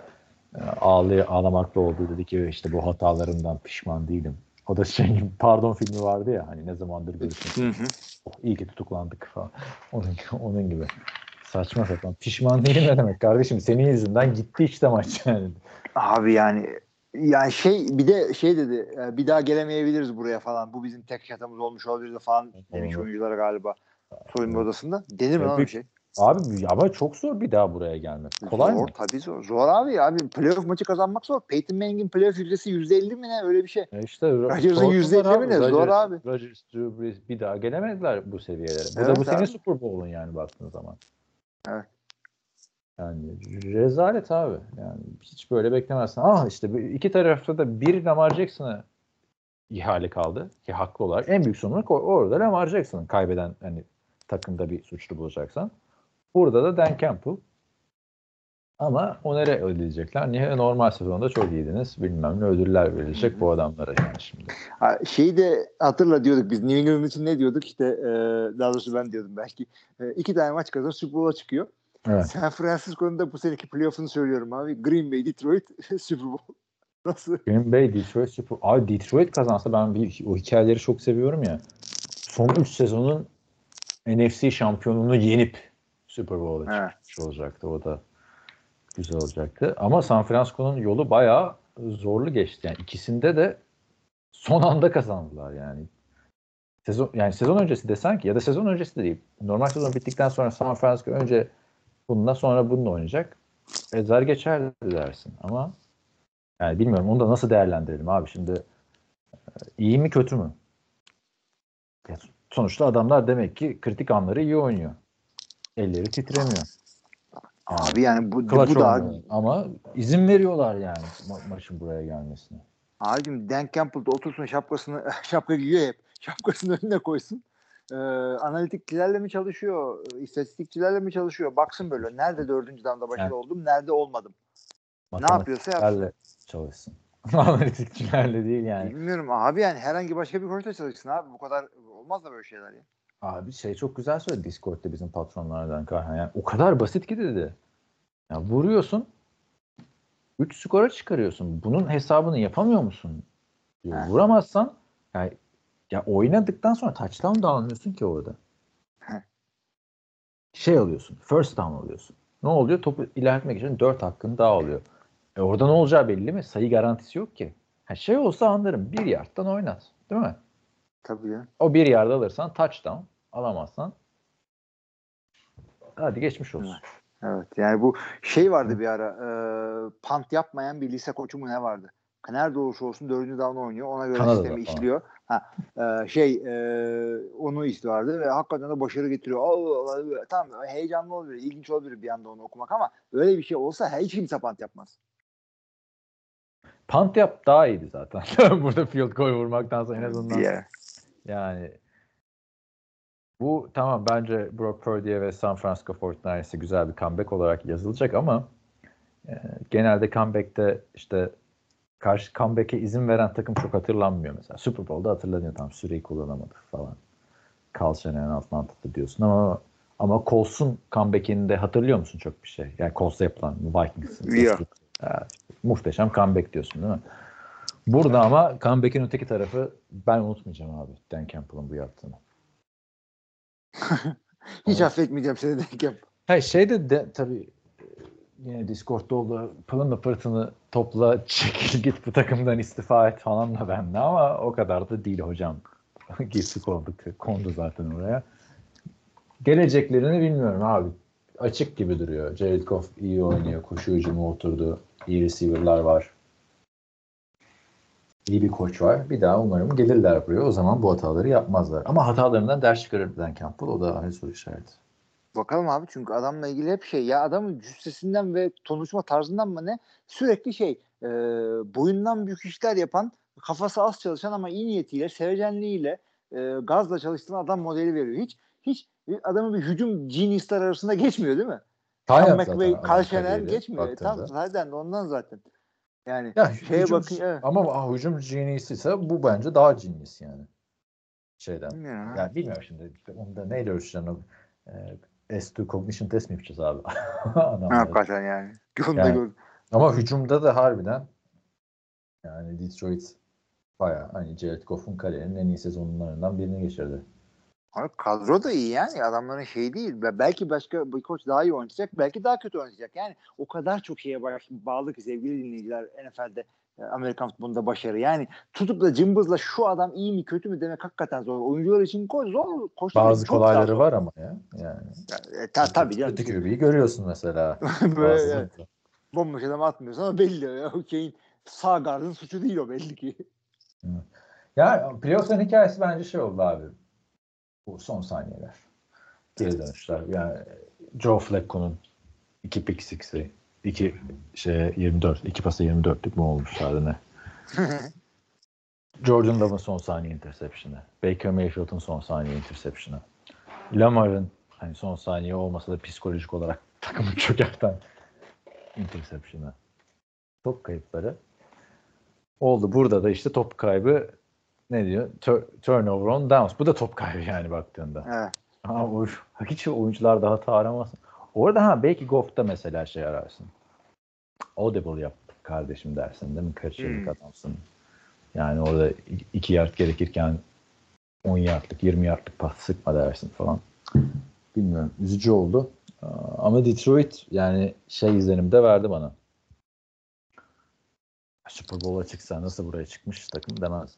Ağlamaklı oldu. Dedi ki işte bu hatalarımdan pişman değilim. O da Pardon filmi vardı ya hani ne zamandır görüşmüştük. İyi ki tutuklandık falan. Onun gibi. Saçma sapan. Pişman değilim ne demek kardeşim? Senin yüzünden gitti işte maç yani. Abi yani bir de şey dedi bir daha gelemeyebiliriz buraya falan. Bu bizim tek şatamız olmuş olabilir falan demiş oyunculara galiba. Soyunma odasında. Denir mi lan bir şey? Abi ama çok zor bir daha buraya gelmek. Kolay zor, mı? Tabii zor. Zor abi. Abi playoff maçı kazanmak zor. Peyton Manning'in playoff yüzdesi %50 mi ne? Öyle bir şey. İşte Rodgers'ın %50 mi ne? Zor abi. Rodgers, Drew Brees bir daha gelemediler bu seviyelere. Bu evet, da bu sene Super Bowl'un yani baktığın zaman. Evet. Yani rezalet abi. Yani hiç böyle beklemezsin. İşte iki tarafta da bir Lamar Jackson'a ihale kaldı. Ki haklı olarak. En büyük sorumluluk orada Lamar Jackson'ın kaybeden hani takımda bir suçlu bulacaksan. Burada da Dan Campbell. Ama onere ödeyecekler. Niye? Normal sezonda çok iyiydiniz. Bilmem ne ödüller verilecek bu adamlara yani şimdi. Şeyi de hatırla diyorduk biz. New England için ne diyorduk? İşte daha doğrusu ben diyordum belki. 2 tane maç kazanır Super Bowl'a çıkıyor. Evet. San Francisco'nun da bu seneki playoff'unu söylüyorum abi. Green Bay, Detroit Super Bowl. Nasıl? Green Bay, Detroit Super Bowl. Abi Detroit kazansa ben o hikayeleri çok seviyorum ya. Son 3 sezonun NFC şampiyonunu yenip Super Bowl'a çıkmış olacaktı. O da güzel olacaktı. Ama San Francisco'nun yolu bayağı zorlu geçti. Yani ikisinde de son anda kazandılar yani. Sezon öncesi desen ki ya da sezon öncesi de değil. Normal sezon bittikten sonra San Francisco önce bununla sonra bununla oynayacak. Ezer geçerdi dersin ama yani bilmiyorum onu da nasıl değerlendirelim abi şimdi iyi mi kötü mü? Sonuçta adamlar demek ki kritik anları iyi oynuyor. Elleri titremiyor. Abi yani bu da ama izin veriyorlar yani maçın buraya gelmesine. Abicim Dan Campbell da otursun şapka giyiyor hep. Şapkasını önüne koysun. Analitikçilerle mi çalışıyor? İstatistikçilerle mi çalışıyor? Baksın böyle. Nerede 4. damda başarılı oldum? Nerede olmadım? Ne yapıyorsa yapsın. Çalışsın. Analitikçilerle değil yani. Bilmiyorum abi yani herhangi başka bir koçla çalışsın abi. Bu kadar olmaz da böyle şeyler ya. Abi çok güzel söyledi Discord'da bizim patronlardan Kahraman. Yani o kadar basit ki dedi. Yani vuruyorsun 3 skora çıkarıyorsun. Bunun hesabını yapamıyor musun? diyor. Vuramazsan yani ya oynadıktan sonra touchdown da almıyorsun ki orada. Şey alıyorsun. First down alıyorsun. Ne oluyor? Topu ilerletmek için 4 hakkın daha oluyor. Orada ne olacağı belli mi? Sayı garantisi yok ki. Şey olsa anlarım. 1 yardtan oynat. Değil mi? Tabii ya. O 1 yard alırsan touchdown. Alamazsan hadi geçmiş olsun. Evet. Yani bu şey vardı bir ara. Punt yapmayan bir lise koçu mu ne vardı? Nerede olursa olsun 4. down oynuyor. Ona göre Kanada'da sistemi falan. işliyor. Onu istiyorlardı ve hakikaten de başarı getiriyor. Allah, tamam heyecanlı olabilir. İlginç olabilir bir anda onu okumak ama öyle bir şey olsa hiç kimse punt yapmaz. Punt yap daha iyiydi zaten. Burada field goal vurmaktansa en azından. Yani bu tamam bence Brock Purdy'ye ve San Francisco 49ers'e güzel bir comeback olarak yazılacak ama genelde comeback'te işte karşı comeback'e izin veren takım çok hatırlanmıyor mesela. Super Bowl'da hatırlanıyor tam süreyi kullanamadı falan. Carl Shanahan altından attı diyorsun ama Colts'un comeback'inde hatırlıyor musun çok bir şey? Yani Colts'ta yapılan Vikings'in muhteşem comeback diyorsun değil mi? Burada ama comeback'in öteki tarafı ben unutmayacağım abi Dan Campbell'ın bu yaptığını. Hiç affetmeyeceğim seni Dan Campbell. Hayır de tabii yine Discord'da oldu. Pılını pırtını topla çekil git bu takımdan istifa et falan da bende ama o kadar da değil hocam. Girdik olduk. Kondu zaten oraya. Geleceklerini bilmiyorum abi. Açık gibi duruyor. Jared Goff iyi oynuyor. Koşu hücumu oturdu. İyi receiver'lar var. İyi bir koç var. Bir daha umarım gelirler buraya. O zaman bu hataları yapmazlar. Ama hatalarından ders çıkarır Dan Campbell. O da ayrı soru işareti. Bakalım abi çünkü adamla ilgili hep ya adamın cüssesinden ve konuşma tarzından mı ne sürekli boyundan büyük işler yapan kafası az çalışan ama iyi niyetiyle sevecenliğiyle gazla çalıştığın adam modeli veriyor. Hiç adamın bir hücum genius'lar arasında geçmiyor değil mi? Sean McVay, Carl Shanahan geçmiyor. Tam zaten ondan zaten. Yani ya, hücum genius ise bu bence daha genius yani. Bilmiyorum. Yani bilmiyorum şimdi. Onu da neyle ölçeceğim? S2 Cognition Test mi yapacağız abi? Hakikaten yani. Ama hücumda da harbiden yani Detroit bayağı hani Jared Goff'un kariyerinin en iyi sezonlarından birini geçirdi. Abi kadro da iyi yani. Adamların değil. Belki başka bir koç daha iyi oynayacak. Belki daha kötü oynayacak. Yani o kadar çok şeye bağlı ki sevgili dinleyiciler NFL'de Amerikan futbolunda başarı. Yani tutup da cımbızla şu adam iyi mi kötü mü demek hakikaten zor. Oyuncular için zor. Bazı kolayları var ama ya. Yani. Tabii canım. Kötü QB'yi görüyorsun mesela. Böyle bomboş adam atmıyorsun ama belli ya. Sağ gardın suçu değil o belli ki. Ya playoff'ların hikayesi bence oldu abi. Bu son saniyeler. Geri dönüşler. Yani Joe Flacco'nun 2 pick six'i 2 pasa 24'lük mü olmuşlardı ne? Jordan Love'ın son saniye interception'ı. Baker Mayfield'ın son saniye interception'ı. Lamar'ın hani son saniye olmasa da psikolojik olarak takımı çökerten interception'ı. Top kayıpları oldu. Burada da işte top kaybı ne diyor? Turnover on downs. Bu da top kaybı yani baktığında. Evet. Hiç oyuncular da hata aramasın. Orada belki Goff'ta mesela ararsın. Audible yap kardeşim dersin değil mi? Kaç yıllık adamsın. Yani orada 2 yard gerekirken 10 yardlık 20 yardlık pas sıkma dersin falan. Bilmiyorum. Üzücü oldu. Ama Detroit yani izlenim de verdi bana. Super Bowl'a çıksa nasıl buraya çıkmış takım demez.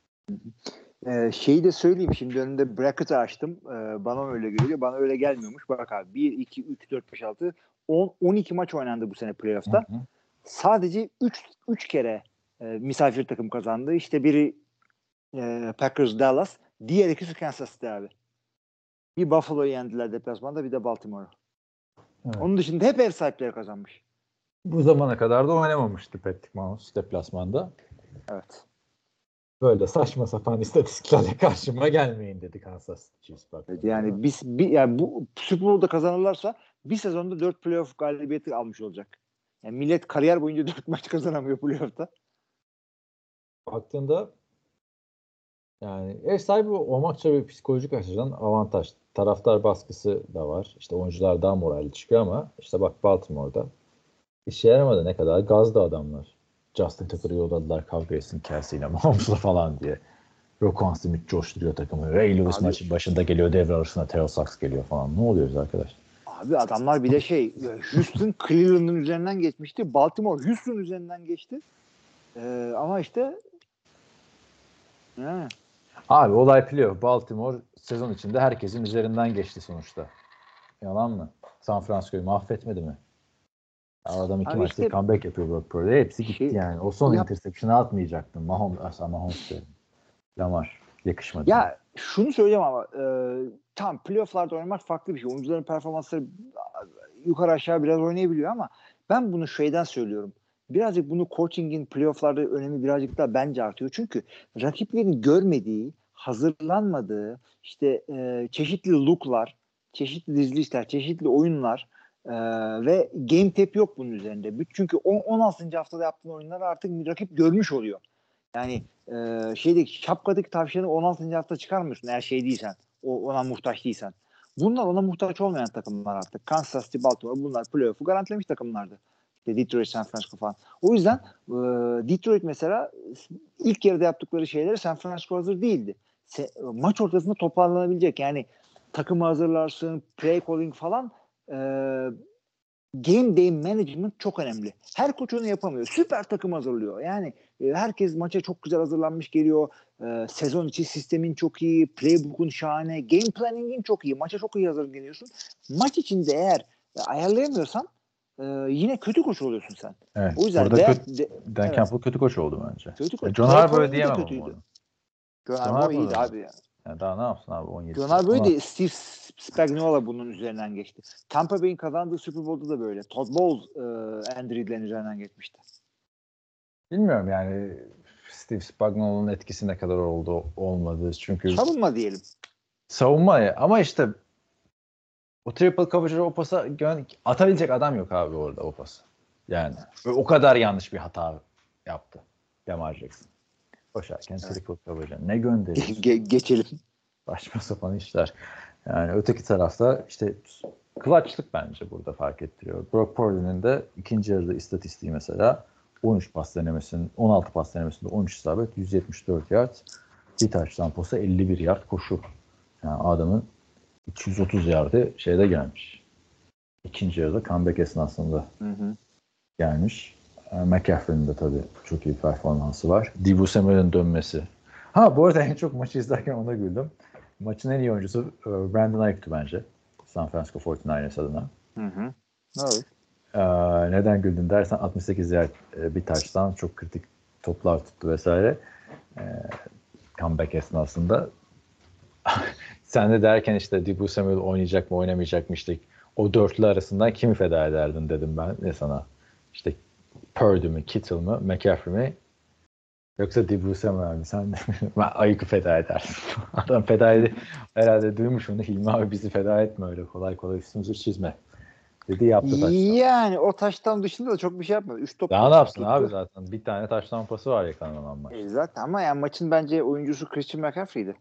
De söyleyeyim şimdi önünde bracket'ı açtım. Bana öyle geliyor. Bana öyle gelmiyormuş. Bak abi 1, 2, 3, 4, 5, 6 12 maç oynandı bu sene playoff'ta. Sadece 3 kere misafir takım kazandı. İşte biri Packers Dallas. Diğer ikisi Kansas City abi. Bir Buffalo'yu yendiler deplasmanda bir de Baltimore'u. Evet. Onun dışında hep ev sahipleri kazanmış. Bu zamana kadar da oynamamıştı Patrick Mahomes deplasmanda. Evet. Böyle saçma sapan istatistiklerle karşıma gelmeyin dedi Kansas Chiefs. Evet, yani bu Super Bowl'da kazanırlarsa bir sezonda 4 playoff galibiyeti almış olacak. Yani millet kariyer boyunca 4 maç kazanamıyor playoff'ta. Baktığında yani ev sahibi olmakça bir psikolojik açıdan avantaj. Taraftar baskısı da var. İşte oyuncular daha moralli çıkıyor ama işte bak Baltimore'da işe yaramadı ne kadar gazdı adamlar. Justin Tucker'ı yolladılar kavga etsin Kelsey ile Mahomes'la falan diye. Roquan Smith coşturuyor takımı. Ray Lewis maçın başında geliyor, devre arasında Terrell Suggs geliyor falan. Ne oluyoruz arkadaş? Abi adamlar bir de Houston Cleveland'ın üzerinden geçmişti. Baltimore Houston üzerinden geçti. Ama işte Abi olay playoff. Baltimore sezon içinde herkesin üzerinden geçti sonuçta. Yalan mı? San Francisco'yu mahvetmedi mi? Adam 2 maçta comeback yapıyor Brock Purdy. Hepsi gitti yani. O son interception'ı atmayacaktın. Mahomes diyorum. Lamar yakışmadı. Ya şunu söyleyeceğim ama tam playoff'larda oynamak farklı bir şey. Oyuncuların performansları yukarı aşağı biraz oynayabiliyor ama ben bunu şeyden söylüyorum. Birazcık bunu coaching'in playoff'larda önemi birazcık daha bence artıyor. Çünkü rakiplerin görmediği, hazırlanmadığı işte çeşitli look'lar, çeşitli dizilişler, çeşitli oyunlar ve game tape yok bunun üzerinde. Çünkü 16. haftada yaptığın oyunları artık rakip görmüş oluyor. Yani şapkadaki tavşanı 16. hafta çıkarmıyorsun eğer değilsen. Ona muhtaç değilsen. Bunlar ona muhtaç olmayan takımlar artık. Kansas City, Baltimore bunlar playoff'u garantilemiş takımlardı. İşte Detroit, San Francisco falan. O yüzden Detroit mesela ilk yarıda yaptıkları şeyleri San Francisco hazır değildi. Maç ortasında toparlanabilecek. Yani takımı hazırlarsın, play calling falan game day management çok önemli. Her koç onu yapamıyor. Süper takım hazırlıyor. Yani herkes maça çok güzel hazırlanmış geliyor. Sezon içi sistemin çok iyi. Playbook'un şahane. Game planning'in çok iyi. Maça çok iyi hazır geliyorsun. Maç içinde eğer ayarlayamıyorsan yine kötü koç oluyorsun sen. Evet. O yüzden Dan Campbell kötü koç oldu bence. Kötü koç. John Harbaugh diyemem ama onu. John Harbaugh iyiydi abi ya. Yani daha ne yapsın abi 17. John Harbaugh değil, Steve Spagnuolo bunun üzerinden geçti. Tampa Bay'in kazandığı Super Bowl'da da böyle. Todd Bowles Andy Reid'lerin üzerinden geçmişti. Bilmiyorum yani Steve Spagnuolo'nun etkisi ne kadar oldu olmadı. Çünkü savunma diyelim. Savunma ya. Ama işte o triple coverage'a o pasa atabilecek adam yok abi orada o pası. Yani o kadar yanlış bir hata yaptı Lamar Jackson. Koşarken triple coverage'a ne gönderiyorsun? Geçelim. Saçma sapan işler. Yani öteki tarafta işte clutch'lık bence burada fark ettiriyor. Brock Purdy'nin de ikinci yarıda istatistiği mesela 13 pas denemesinin 16 pas denemesinde 13 isabet, 174 yard, bir touchdown posa 51 yard koşu. Yani adamın 230 yardı şeyde gelmiş. İkinci yarıda comeback esnasında gelmiş. McCaffrey'nin de tabii çok iyi performansı var. Deebo Samuel'in dönmesi. Bu arada en çok maçı izlerken ona güldüm. Maçın en iyi oyuncusu Brandon Ayuk'tu bence. San Francisco 49ers adına. Evet. Neden güldün dersen 68 yard bir touchdown, çok kritik toplar tuttu vesaire. Comeback esnasında. Sen de derken işte Deebo Samuel oynayacak mı oynamayacak mı işte o dörtlü arasından kimi feda ederdin dedim ben de sana. İşte Purdy mi, Kittle mi, McCaffrey mi yoksa Deebo Samuel mi? Sen de ben Ayuk'u feda edersin. Adam feda edip herhalde duymuş onu. Hilmi abi bizi feda etme öyle kolay kolay üstümüzü çizme dedi, yaptı taştan. Yani o taştan dışında da çok bir şey yapmadı. 3 top. Daha ne yapsın abi zaten. Bir tane taştan pası var yakalanan maç. Zaten ama yani maçın bence oyuncusu Christian McCaffrey'di.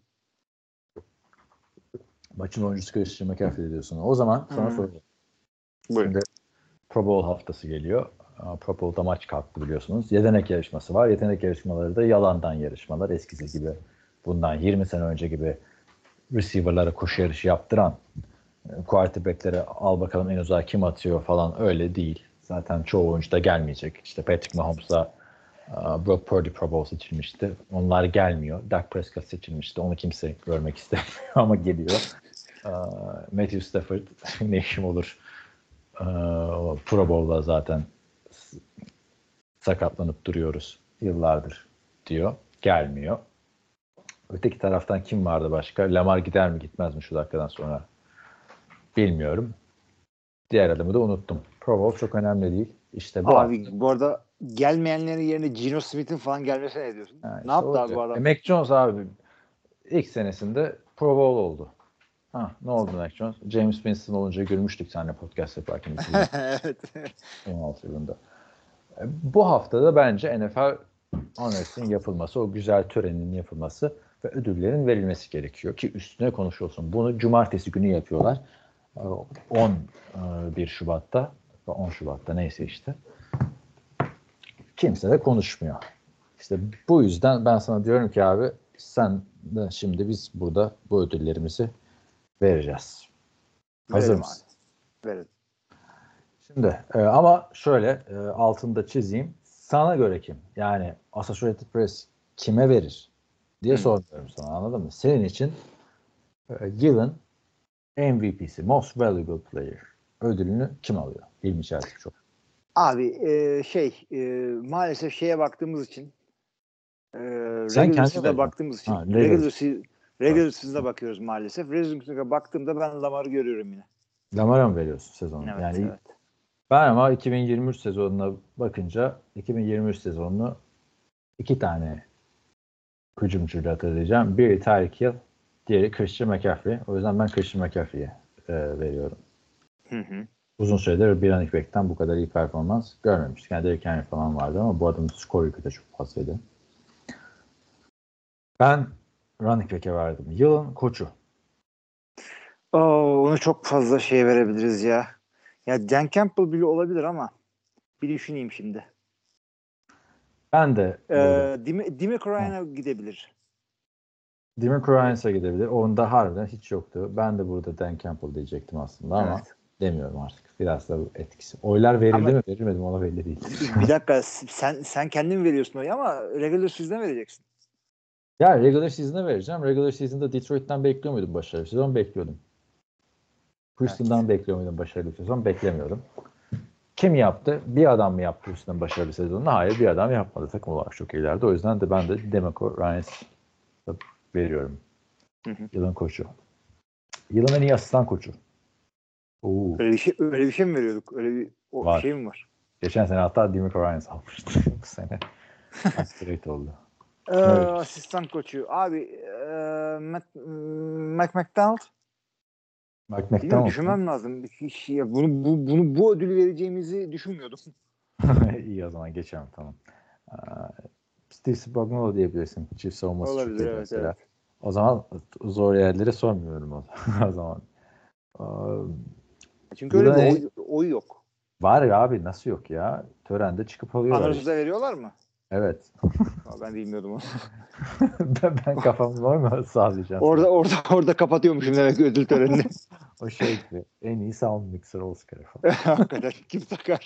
Maçın oyuncusu Christian McCaffrey diyorsun. O zaman sana soracağım. Şimdi Pro Bowl haftası geliyor. Pro Bowl'da maç kalktı biliyorsunuz. Yetenek yarışması var. Yetenek yarışmaları da yalandan yarışmalar. Eskisi gibi bundan 20 sene önce gibi receiver'lara koşu yarışı yaptıran, quarterback'lere al bakalım en uzağa kim atıyor falan öyle değil. Zaten çoğu oyuncu da gelmeyecek. İşte Patrick Mahomes'a Brock Purdy Pro Bowl seçilmişti. Onlar gelmiyor. Dak Prescott seçilmişti. Onu kimse görmek istemiyor ama geliyor. Matthew Stafford ne işim olur Pro Bowl'da zaten sakatlanıp duruyoruz yıllardır diyor. Gelmiyor. Öteki taraftan kim vardı başka? Lamar gider mi gitmez mi şu dakikadan sonra? Bilmiyorum. Diğer adamı da unuttum. Pro Bowl çok önemli değil. İşte bu abi bu arada gelmeyenlerin yerine Geno Smith'in falan gelmesine ne diyorsun? Yani ne yaptı abi bu adam? Mac Jones abi ilk senesinde Pro Bowl oldu. Ne oldu Mac Jones? James Winston olunca gülmüştük seninle podcast yaparken. Evet. 16 yılında. Bu haftada bence NFL Honors'ın yapılması, o güzel törenin yapılması ve ödüllerin verilmesi gerekiyor ki üstüne konuşulsun. Bunu cumartesi günü yapıyorlar. 11 Şubat'ta 10 Şubat'ta neyse işte. kimse de konuşmuyor. İşte bu yüzden ben sana diyorum ki abi sen de şimdi biz burada bu ödüllerimizi vereceğiz. Hazır Verelim mısın? abi. Verelim. Şimdi ama şöyle altında çizeyim. Sana göre kim? Yani Associated Press kime verir diye sormuyorum sana, anladın mı? Senin için yılın MVP'si, Most Valuable Player ödülünü kim alıyor? İlmi Çeltik çok. Abi maalesef şeye baktığımız için Sen regular kendine season'a vereceksin. baktığımız için regular season'a bakıyoruz maalesef. Regular season'a baktığımda ben Lamar'ı görüyorum yine. Lamar'a mı veriyorsun sezonu? Evet, Yani evet. ben ama 2023 sezonuna bakınca 2023 sezonunu 2 tane hücumcuyla hatırlayacağım. Biri Tyreek Hill, diğeri Christian McCaffrey. O yüzden ben Christian McCaffrey'e veriyorum. Hı. Uzun süredir bir running back'ten bu kadar iyi performans görmemiştik. Yani Derrick Henry falan vardı ama bu adamın skor yükü de çok fazlaydı. Ben running back'e verdim. Yılın koçu. Onu çok fazla şeye verebiliriz ya. Ya Dan Campbell bile olabilir ama bir düşüneyim şimdi. Ben de Demeco Ryan'a gidebilir. Demeco Ryans'a gidebilir. Onda harbiden hiç yoktu. Ben de burada Dan Campbell diyecektim aslında ama Evet. demiyorum artık. Biraz da etkisi. Oylar verildi ama, mi verilmedi mi ona belli değil. Bir dakika sen kendin mi veriyorsun oyu ama regular season'a vereceksin. Ya regular season'a vereceğim. Regular season'da Detroit'ten bekliyor muydum başarılı sezon? Bekliyordum. Houston'dan bekliyor muydum başarılı sezon? Beklemiyordum. Kim yaptı? Bir adam mı yaptı Houston'dan başarılı sezonunu? Hayır, bir adam yapmadı. Takım olarak çok iyilerdi. O yüzden de ben de Demeco Ryans'a veriyorum. Yılın koçu. Yılın en iyi asistan koçu. Oo. Öyle bir şey mi veriyorduk? Öyle bir Var. şey mi var? Geçen sene hatta Demeco Ryans almıştı. Bu sene upgrade oldu. Asistan koçu. Abi McDonald. Mike Bilmiyorum, McDonald. düşünmem lazım. Bu ödülü vereceğimizi düşünmüyordum. İyi, o zaman geçelim, tamam. Steve Spagnuolo diyebilirsin. Çift savunması Olabilir, çok iyi evet, mesela. evet. O zaman zor yerleri sormuyorum o zaman. Çünkü öyle Yılan bir oy yok. var ya abi, nasıl yok ya? Törende çıkıp alıyorlar Anadolu'da işte. veriyorlar mı? Evet. Ben bilmiyordum onu. ben kafamı normal sağlayacağım. Orada kapatıyormuşum demek ki ödül törenini. O şey gibi. En iyi sound mixer Oscar falan. Hakikaten kim takar?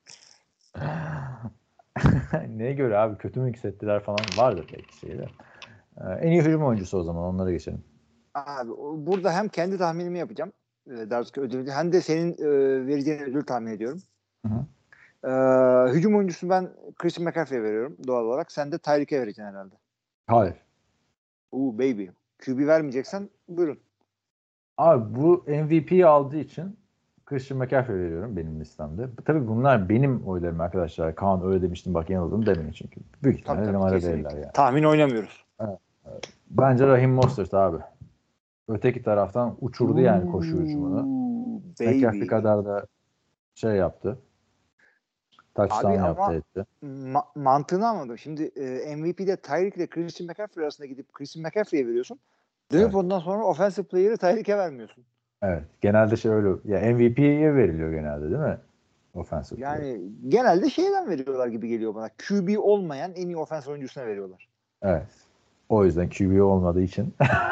Neye göre abi? Kötü mü hissettiler falan vardır belki şeyler. En iyi hücum oyuncusu o zaman. Onlara geçelim. Abi burada hem kendi tahminimi yapacağım. Darski ödülü hem de senin vereceğin ödül tahmin ediyorum. Hı-hı. Hücum oyuncusu ben Christian McCaffrey'e veriyorum doğal olarak. Sen de Tyreek'e vereceksin herhalde. Hayır. Baby. QB vermeyeceksen buyurun. Abi bu MVP'yi aldığı için Christian McCaffrey veriyorum benim listemde. Tabii bunlar benim oylarım arkadaşlar. Kaan öyle demiştim bak yanıldım demeyin çünkü. Büyük ihtimalle numara değiller yani. Tahmin oynamıyoruz. Evet. Bence Raheem Mostert abi. Öteki taraftan uçurdu yani koşu hücumunu. McCaffrey kadar da şey yaptı. Touchdown yaptı etti. Mantığını anladım. Şimdi MVP'de Tyreek ile Christian McCaffrey arasında gidip Christian McCaffrey'e veriyorsun. Dönüp ondan sonra offensive player'ı Tyreek'e vermiyorsun. Evet. Genelde şey öyle. Ya MVP'ye veriliyor genelde değil mi? Offensive yani player. Genelde şeyden veriyorlar gibi geliyor bana. QB olmayan en iyi offensive oyuncusuna veriyorlar. Evet. O yüzden QB olmadığı için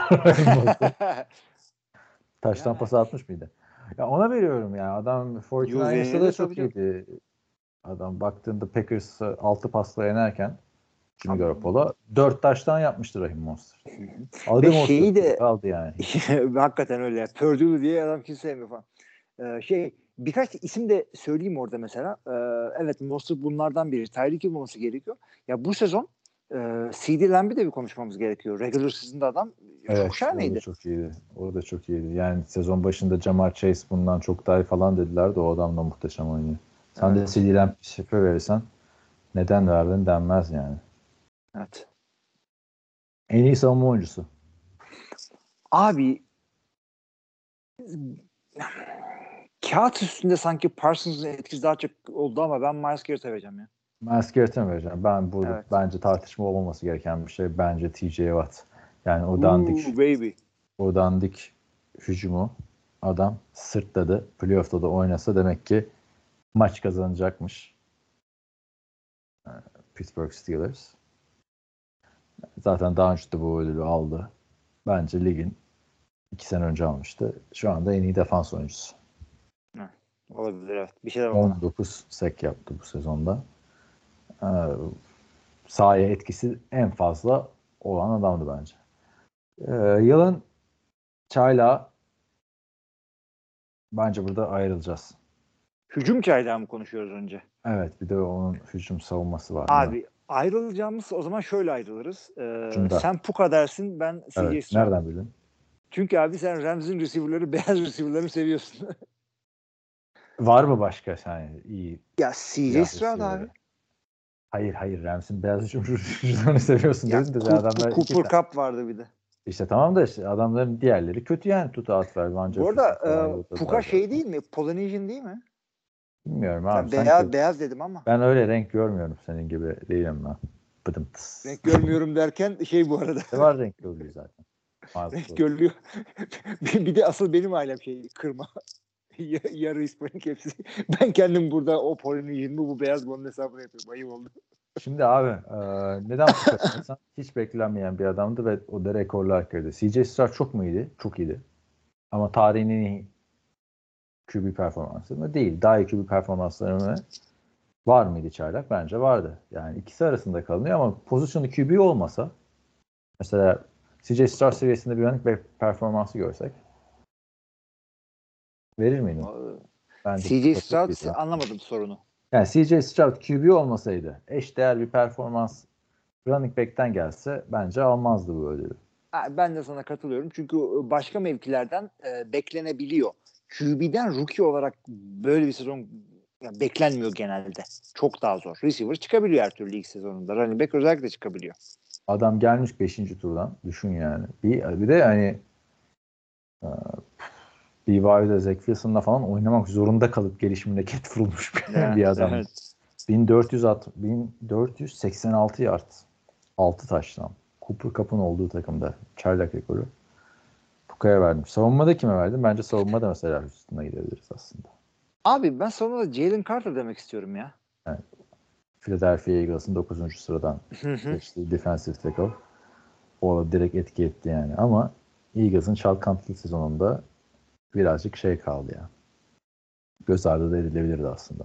taştan pası atmış mıydı? Ya ona veriyorum ya. Adam 49ers'da da çok iyiydi. Adam baktığında Packers 6 pasla yenerken Jimmy Garoppolo 4 taştan yapmıştı Raheem Mostert. Ve şeyi de aldı yani. hakikaten öyle. Purdue diye adam kimse sevmiyor falan. Birkaç isim de söyleyeyim orada mesela. Evet, Mostert bunlardan biri. Tyreek Hill olması gerekiyor. Ya bu sezon CD Lamb'i de bir konuşmamız gerekiyor. Regular season'da adam çok şahaneydi. O da çok iyiydi. Yani sezon başında Jamar Chase bundan çok daha iyi falan dediler de o adam da muhteşem oynuyor. Sen de CD Lamb şifre verirsen neden verdin denmez yani. Evet. En iyi savunma oyuncusu. Abi kağıt üstünde sanki Parsons'ın etkisi daha çok oldu ama ben Myles Garrett'e vereceğim ya. Myles Garrett'e mi vereceğim? Ben burada bence tartışma olmaması gereken bir şey. Bence TJ Watt. Yani o dandik hücumu adam sırtladı. Playoff'ta da oynasa demek ki maç kazanacakmış. Pittsburgh Steelers. Zaten daha önce de bu ödülü aldı. Bence ligin 2 sene önce almıştı. Şu anda en iyi defans oyuncusu. Olabilir, evet. Bir şeyler var. 19 sack yaptı bu sezonda. Sahaya etkisi en fazla olan adamdı bence. Yılın çaylağı bence burada ayrılacağız. Hücum çaylağı mı konuşuyoruz önce? Evet, bir de onun hücum savunması var. Abi ayrılacağımız o zaman şöyle ayrılırız. Şunda. Sen Puka dersin, ben CJ Evet, Stroud. nereden bildin? Çünkü abi sen Rams'in receiver'ları, beyaz receiver'larını seviyorsun. Var mı başka yani iyi? Ya CJ Stroud abi. Hayır, Rams'in beyaz hücumcularını seviyorsun Ya, dedin de adamlar Cooper Cup vardı bir de. İşte tamam da işte adamların diğerleri kötü yani. Tutu Atfer, Van Bu arada Jefferson, Puka şey değil mi? Polynesian değil mi? Bilmiyorum abi. Beyaz dedim ama. Ben öyle renk görmüyorum, senin gibi değilim ben. Bıdımtıs. Renk görmüyorum derken şey bu arada. Ne var renk görülüyor zaten. Renk görülüyor. Bir de asıl benim ailem şey kırma. Yarı Hispanik hepsi. Ben kendim burada o Polynesian bu beyaz bunun hesabını yapıyorum. Ayıp oldu. Şimdi abi neden Puka hiç beklenmeyen bir adamdı ve o da rekorlar kırdı. CJ Stroud çok mu iyiydi? Çok iyiydi. Ama tarihin en iyi QB performansı mı? Değil. Daha iyi QB performansları mı? Var mıydı çaylak? Bence vardı. Yani ikisi arasında kalınıyor ama pozisyonu QB olmasa mesela CJ Stroud seviyesinde bir running back performansı görsek verir miydin? Bence CJ Stroud anlamadım sorunu. Yani CJ Stroud QB olmasaydı eşdeğer bir performans running back'ten gelse bence almazdı bu ödülü. Ben de sana katılıyorum. Çünkü başka mevkilerden beklenebiliyor. QB'den rookie olarak böyle bir sezon beklenmiyor genelde. Çok daha zor. Receiver çıkabiliyor her türlü ilk sezonunda. Running back özellikle çıkabiliyor. Adam gelmiş 5. turdan. Düşün yani. Bir de hani BYU'da Zach Wilson'la falan oynamak zorunda kalıp gelişimine ket vurulmuş bir adam. Evet. 1486 yard. 6 taştan. Cooper Cup'ın olduğu takımda. Çaylak rekoru. Puka'ya verdim. Savunmada kime verdim? Bence savunmada mesela üstüne gidebiliriz aslında. Abi ben savunmada Jalen Carter demek istiyorum ya. Evet. Philadelphia Eagles'ın 9. sıradan seçtiği defensive tackle. O direkt etki etti yani. Ama Eagles'ın çalkantılı sezonunda birazcık şey kaldı ya. Göz ardı da edilebilirdi aslında.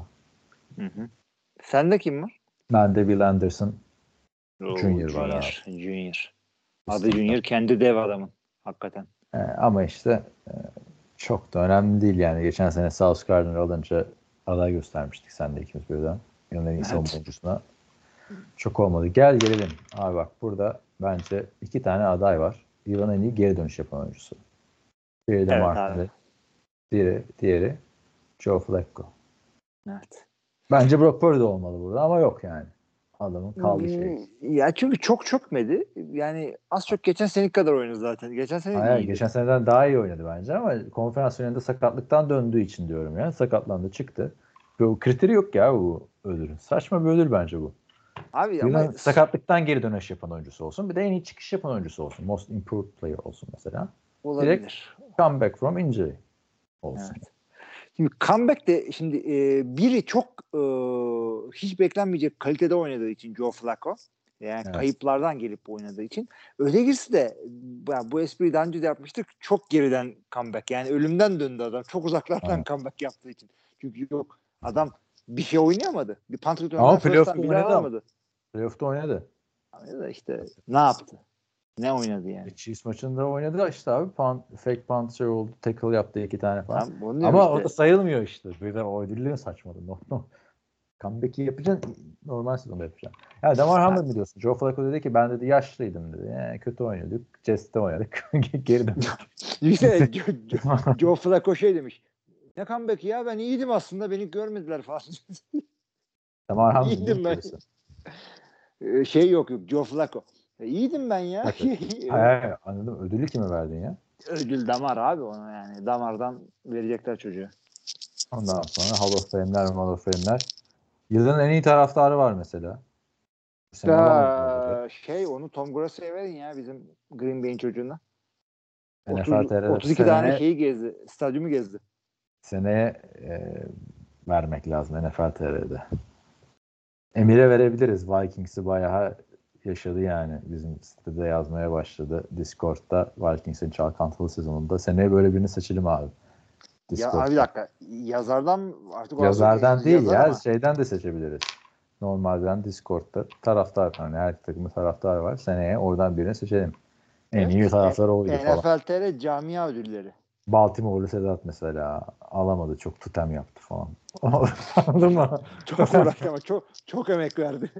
Sende kim var? Bende Will Anderson Junior var abi. Junior. Adı Junior, kendi dev adamın. Hakikaten. Ama işte çok da önemli değil yani. Geçen sene South Gardner alınca aday göstermiştik sen de ikimiz birden. Yılın en iyi savunma oyuncusuna. Çok olmadı. Gelelim. Abi bak burada bence 2 tane aday var. Yılın en iyi geri dönüş yapan oyuncusu. Biri de Mark diğeri Joe Flacco. Evet. Bence Brock Purdy olmalı burada ama yok yani. Adamın kaldı şey. Ya çünkü çok çökmedi. Yani az çok geçen seneki kadar oynadı zaten. Geçen sene iyiydi. Geçen seneden daha iyi oynadı bence ama konferans oyununda sakatlıktan döndüğü için diyorum yani. Sakatlandı çıktı. Bu kriteri yok ya bu ödülün. Saçma bir ödül bence bu. Abi ama sakatlıktan geri dönüş yapan oyuncusu olsun. Bir de en iyi çıkış yapan oyuncusu olsun. Most improved player olsun mesela. Olabilir. Direkt comeback from injury olsun. Evet. Şimdi comeback de şimdi biri çok hiç beklenmeyecek kalitede oynadığı için Joe Flacco. Yani kayıplardan gelip oynadığı için. Ötekisi de bu espriyi daha önce de yapmıştık. Çok geriden comeback. Yani ölümden döndü adam. Çok uzaklardan comeback yaptığı için. Çünkü yok adam bir şey oynayamadı. Bir punt return first'tan bile alamadı. Playoff'ta oynadı. Ama işte ne yaptı? Ne oynadı yani? Chiefs maçında oynadı işte abi. Fake punt şey oldu. Tackle yaptı 2 tane falan. Ama işte. O da sayılmıyor işte. Bir de o ödüllerin saçmalığı. Comeback'i yapacaksın. Normal sezonda yapacaksın. Ya Damar Hamlin mi diyorsun? Joe Flacco dedi ki ben dedi yaşlıydım dedi. Yani kötü oynuyorduk. Jets'te oynadık. Geri döndük. Joe Flacco şey demiş. Ne comeback ya? Ben iyiydim aslında. Beni görmediler falan. Damar Hamlin iyiydim ben. Yok. Joe Flacco. İyiydim ben ya. Hayır, anladım. Ödülü kime verdin ya? Ödül Damar abi ona yani. Damardan verecekler çocuğa. Ondan sonra Hall of Fame'ler. Yılın en iyi taraftarı var mesela. Onu Tom Grass'e verin ya bizim Green Bay'in çocuğuna. 32 tane şeyi gezdi. Stadyumu gezdi. Seneye vermek lazım NFL TR'de. Emir'e verebiliriz. Vikings'i bayağı yaşadı yani. Bizim sitede yazmaya başladı. Discord'da Vikings'in çalkantılı sezonunda. Seneye böyle birini seçelim abi. Ya abi bir dakika. Yazardan artık o Yazardan değil yazar ya. ama. Şeyden de seçebiliriz. Normalden Discord'da taraftar, hani her takımda taraftar var. Seneye oradan birini seçelim. En iyi taraftar oydu falan. NFL TR camia ödülleri. Baltimore'lu Sedat mesela alamadı. Çok tutem yaptı falan. Anladın mı? Çok uğraştı ama çok emek verdi.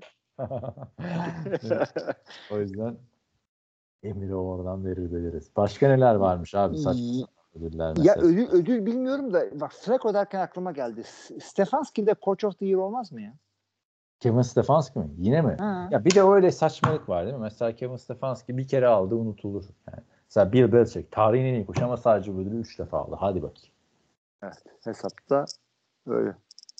O yüzden Emir'e oradan verebiliriz. Başka neler varmış abi? Saçma ödüller Ya mesela. ödül bilmiyorum da bak Flacco derken aklıma geldi. Stefanski de Coach of the Year olmaz mı ya? Kevin Stefanski mi? Yine mi? Ha. Ya bir de öyle saçmalık var değil mi? Mesela Kevin Stefanski bir kere aldı, unutulur. Yani mesela Bill Belichick tarihin en iyi koçu ama sadece bu ödülü 3 defa aldı. Hadi bakayım. Evet. Hesapta öyle.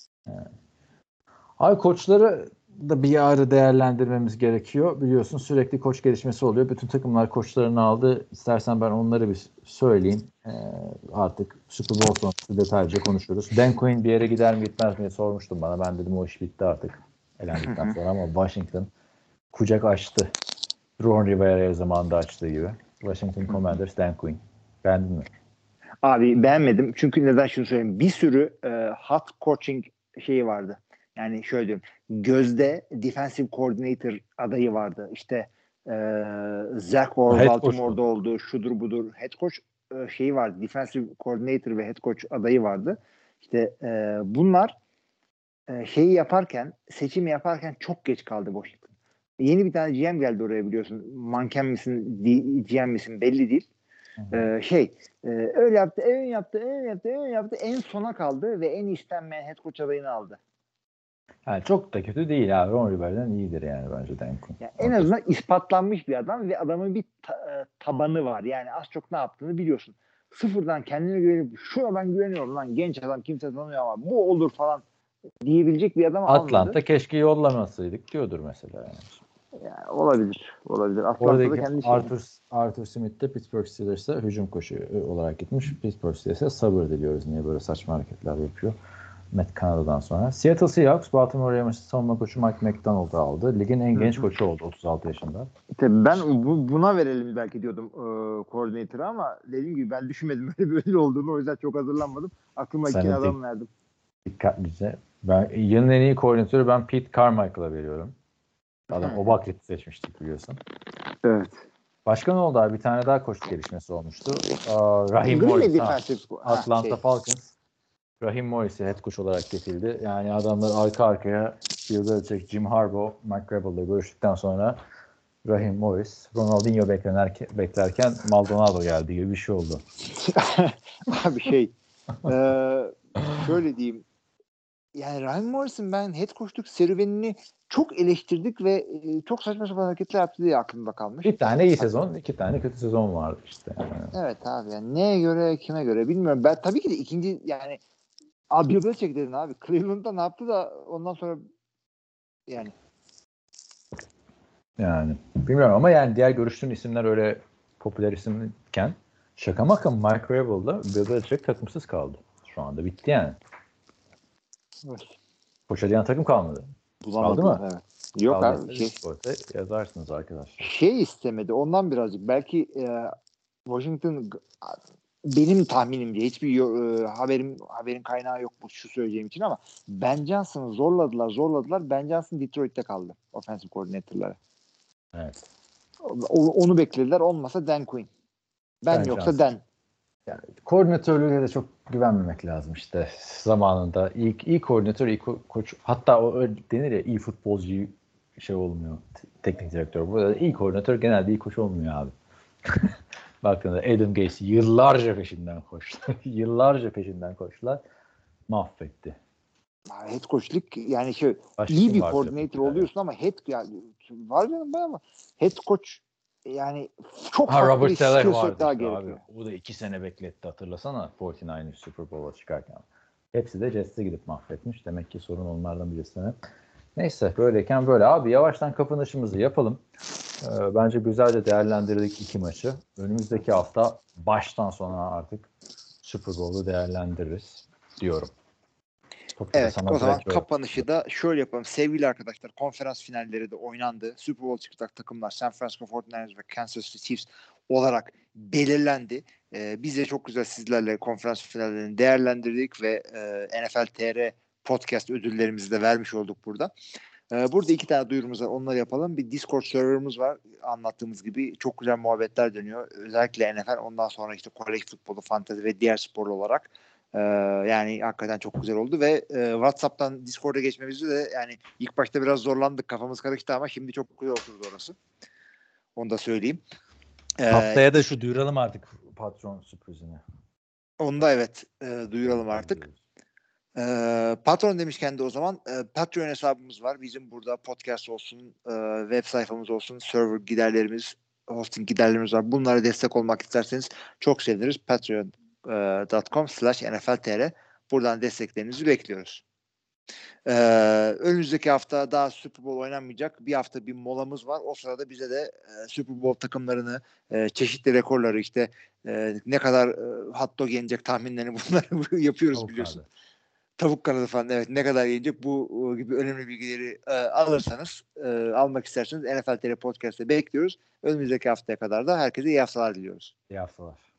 Abi koçları da bir ara değerlendirmemiz gerekiyor. Biliyorsun sürekli koç gelişmesi oluyor. Bütün takımlar koçlarını aldı. İstersen ben onları bir söyleyeyim. Artık Super Bowl sonrası detaylıca konuşuruz. Dan Quinn bir yere gider mi gitmez mi diye sormuştum bana. Ben dedim o iş bitti artık. Elendikten sonra ama Washington kucak açtı. Ron Rivera'ya zamanında açtığı gibi. Washington Commanders, Dan Quinn. Beğendin mi? Abi beğenmedim. Çünkü neden şunu söyleyeyim. Bir sürü hot coaching şeyi vardı. Yani şöyle diyorum. Gözde defensive coordinator adayı vardı. İşte Zach Orr Baltimore'da oldu. Şudur budur. Head coach şeyi vardı. Defensive coordinator ve head coach adayı vardı. İşte bunlar şeyi yaparken, seçimi yaparken çok geç kaldı Washington. Yeni bir tane GM geldi oraya biliyorsun. Manken misin, GM misin belli değil. Öyle yaptı, ön yaptı. En sona kaldı ve en istenmeyen head coach adayını aldı. Yani çok da kötü değil abi. Ron Rivera'dan iyidir yani bence Dan Quinn. Yani en azından ispatlanmış bir adam ve adamın bir tabanı var. Yani az çok ne yaptığını biliyorsun. Sıfırdan kendine güvenip şuna ben güveniyorum lan genç adam kimse tanımıyor ama bu olur falan diyebilecek bir adam almadı. Atlanta keşke yollamasaydık diyordur mesela. Yani olabilir. Atlanta'da Oradaki kendi Arthur Smith de Pittsburgh Steelers'a hücum koçu olarak gitmiş. Pittsburgh Steelers'e sabır diliyoruz. Niye böyle saçma hareketler yapıyor. Matt Canada'dan sonra. Seattle Seahawks, Baltimore Ravens'ın savunma koçu Mike McDonald'ı aldı. Ligin en genç koçu oldu 36 yaşında. Ben buna verelim belki diyordum koordinatörü ama dediğim gibi ben düşünmedim böyle bir ödül olduğunu. O yüzden çok hazırlanmadım. Aklıma iki adam verdim. Dikkatlice. Yılın en iyi koordinatörü ben Pete Carmichael'a veriyorum. Adam Obaklet'i seçmiştik biliyorsun. Evet. Başka ne oldu abi? Bir tane daha koç gelişmesi olmuştu. Rahim Morris. Atlanta Falcons. Rahim Morris'i head coach olarak getirdi. Yani adamlar arka arkaya Bill Belichick, Jim Harbaugh, Mike Vrabel'la görüştükten sonra Rahim Morris, Ronaldinho beklerken Maldonado geldi gibi bir şey oldu. Abi şöyle diyeyim. Yani Rahim Morris'in ben head coachluk serüvenini çok eleştirdik ve çok saçma sapan hareketler yaptı diye aklımda kalmış. Bir tane iyi sezon, 2 tane kötü sezon vardı işte. Evet abi yani neye göre kime göre bilmiyorum. Ben tabii ki de ikinci yani Bill Belichick dedin abi. Cleveland'da ne yaptı da ondan sonra yani bilmiyorum ama yani diğer görüştüğün isimler öyle popüler isimken şaka maka Mike Vrabel'da Bill Belichick takımsız kaldı. Şu anda bitti yani. Evet. Koç edilen takım kalmadı. Kaldı mı? Evet. Yok kaldı. abi. Yazarsınız arkadaşlar. İstemedi. Ondan birazcık. Belki Washington benim tahminimce hiçbir haberin kaynağı yok bu şu söyleyeceğim için ama Ben Johnson'ı zorladılar. Ben Johnson Detroit'te kaldı. Offensive coordinator'ları. Evet. Onu beklediler. Olmasa Dan Quinn. Ben yoksa Johnson. Dan. Yani koordinatörlüğüne de çok güvenmemek lazım işte zamanında. İyi koordinatör, iyi koç. Hatta o öyle denir ya iyi futbolcu olmuyor. Teknik direktör. Burada iyi koordinatör genelde iyi koç olmuyor abi. Baktığında Adam Gase yıllarca peşinden koştular. Mahvetti. Head coachluk yani iyi bir koordinatör oluyorsun ama var canım ama head coach yani çok farklı bir skill set daha gerekiyor. O da 2 sene bekletti hatırlasana 49ers Super Bowl'a çıkarken. Hepsi de Jets'e gidip mahvetmiş. Demek ki sorun onlardan birisine. Neyse böyleyken böyle. Abi yavaştan kapanışımızı yapalım. Bence güzelce değerlendirdik 2 maçı. Önümüzdeki hafta baştan sona artık Super Bowl'u değerlendiririz diyorum. Evet, o zaman kapanışı da şöyle yapalım. Sevgili arkadaşlar, konferans finalleri de oynandı. Super Bowl çıkacak takımlar San Francisco 49ers ve Kansas City Chiefs olarak belirlendi. Biz de çok güzel sizlerle konferans finallerini değerlendirdik ve NFL TR podcast ödüllerimizi de vermiş olduk burada. Burada 2 tane duyurumuz var. Onları yapalım. Bir Discord serverımız var. Anlattığımız gibi çok güzel muhabbetler dönüyor. Özellikle NFL, ondan sonra işte kolej futbolu, fantezi ve diğer spor olarak. Yani hakikaten çok güzel oldu ve WhatsApp'tan Discord'a geçmemizi de yani ilk başta biraz zorlandık. Kafamız karıştı ama şimdi çok güzel oturdu orası. Onu da söyleyeyim. Haftaya da şu duyuralım artık patron sürprizini. Onu da evet duyuralım artık. Patron demişken de o zaman Patreon hesabımız var. Bizim burada podcast olsun, web sayfamız olsun, server giderlerimiz, hosting giderlerimiz var. Bunlara destek olmak isterseniz çok seviniriz. patreon.com/nfltr buradan desteklerinizi bekliyoruz. Önümüzdeki hafta daha Super Bowl oynanmayacak. Bir hafta bir molamız var. O sırada bize de Super Bowl takımlarını, çeşitli rekorları işte ne kadar hot dog yenecek tahminlerini bunları yapıyoruz Tavuk biliyorsun. kanadı. Tavuk kanadı falan, evet, ne kadar yenecek bu gibi önemli bilgileri alırsanız, almak isterseniz NFL TR Podcast'te bekliyoruz. Önümüzdeki haftaya kadar da herkese iyi haftalar diliyoruz. İyi haftalar.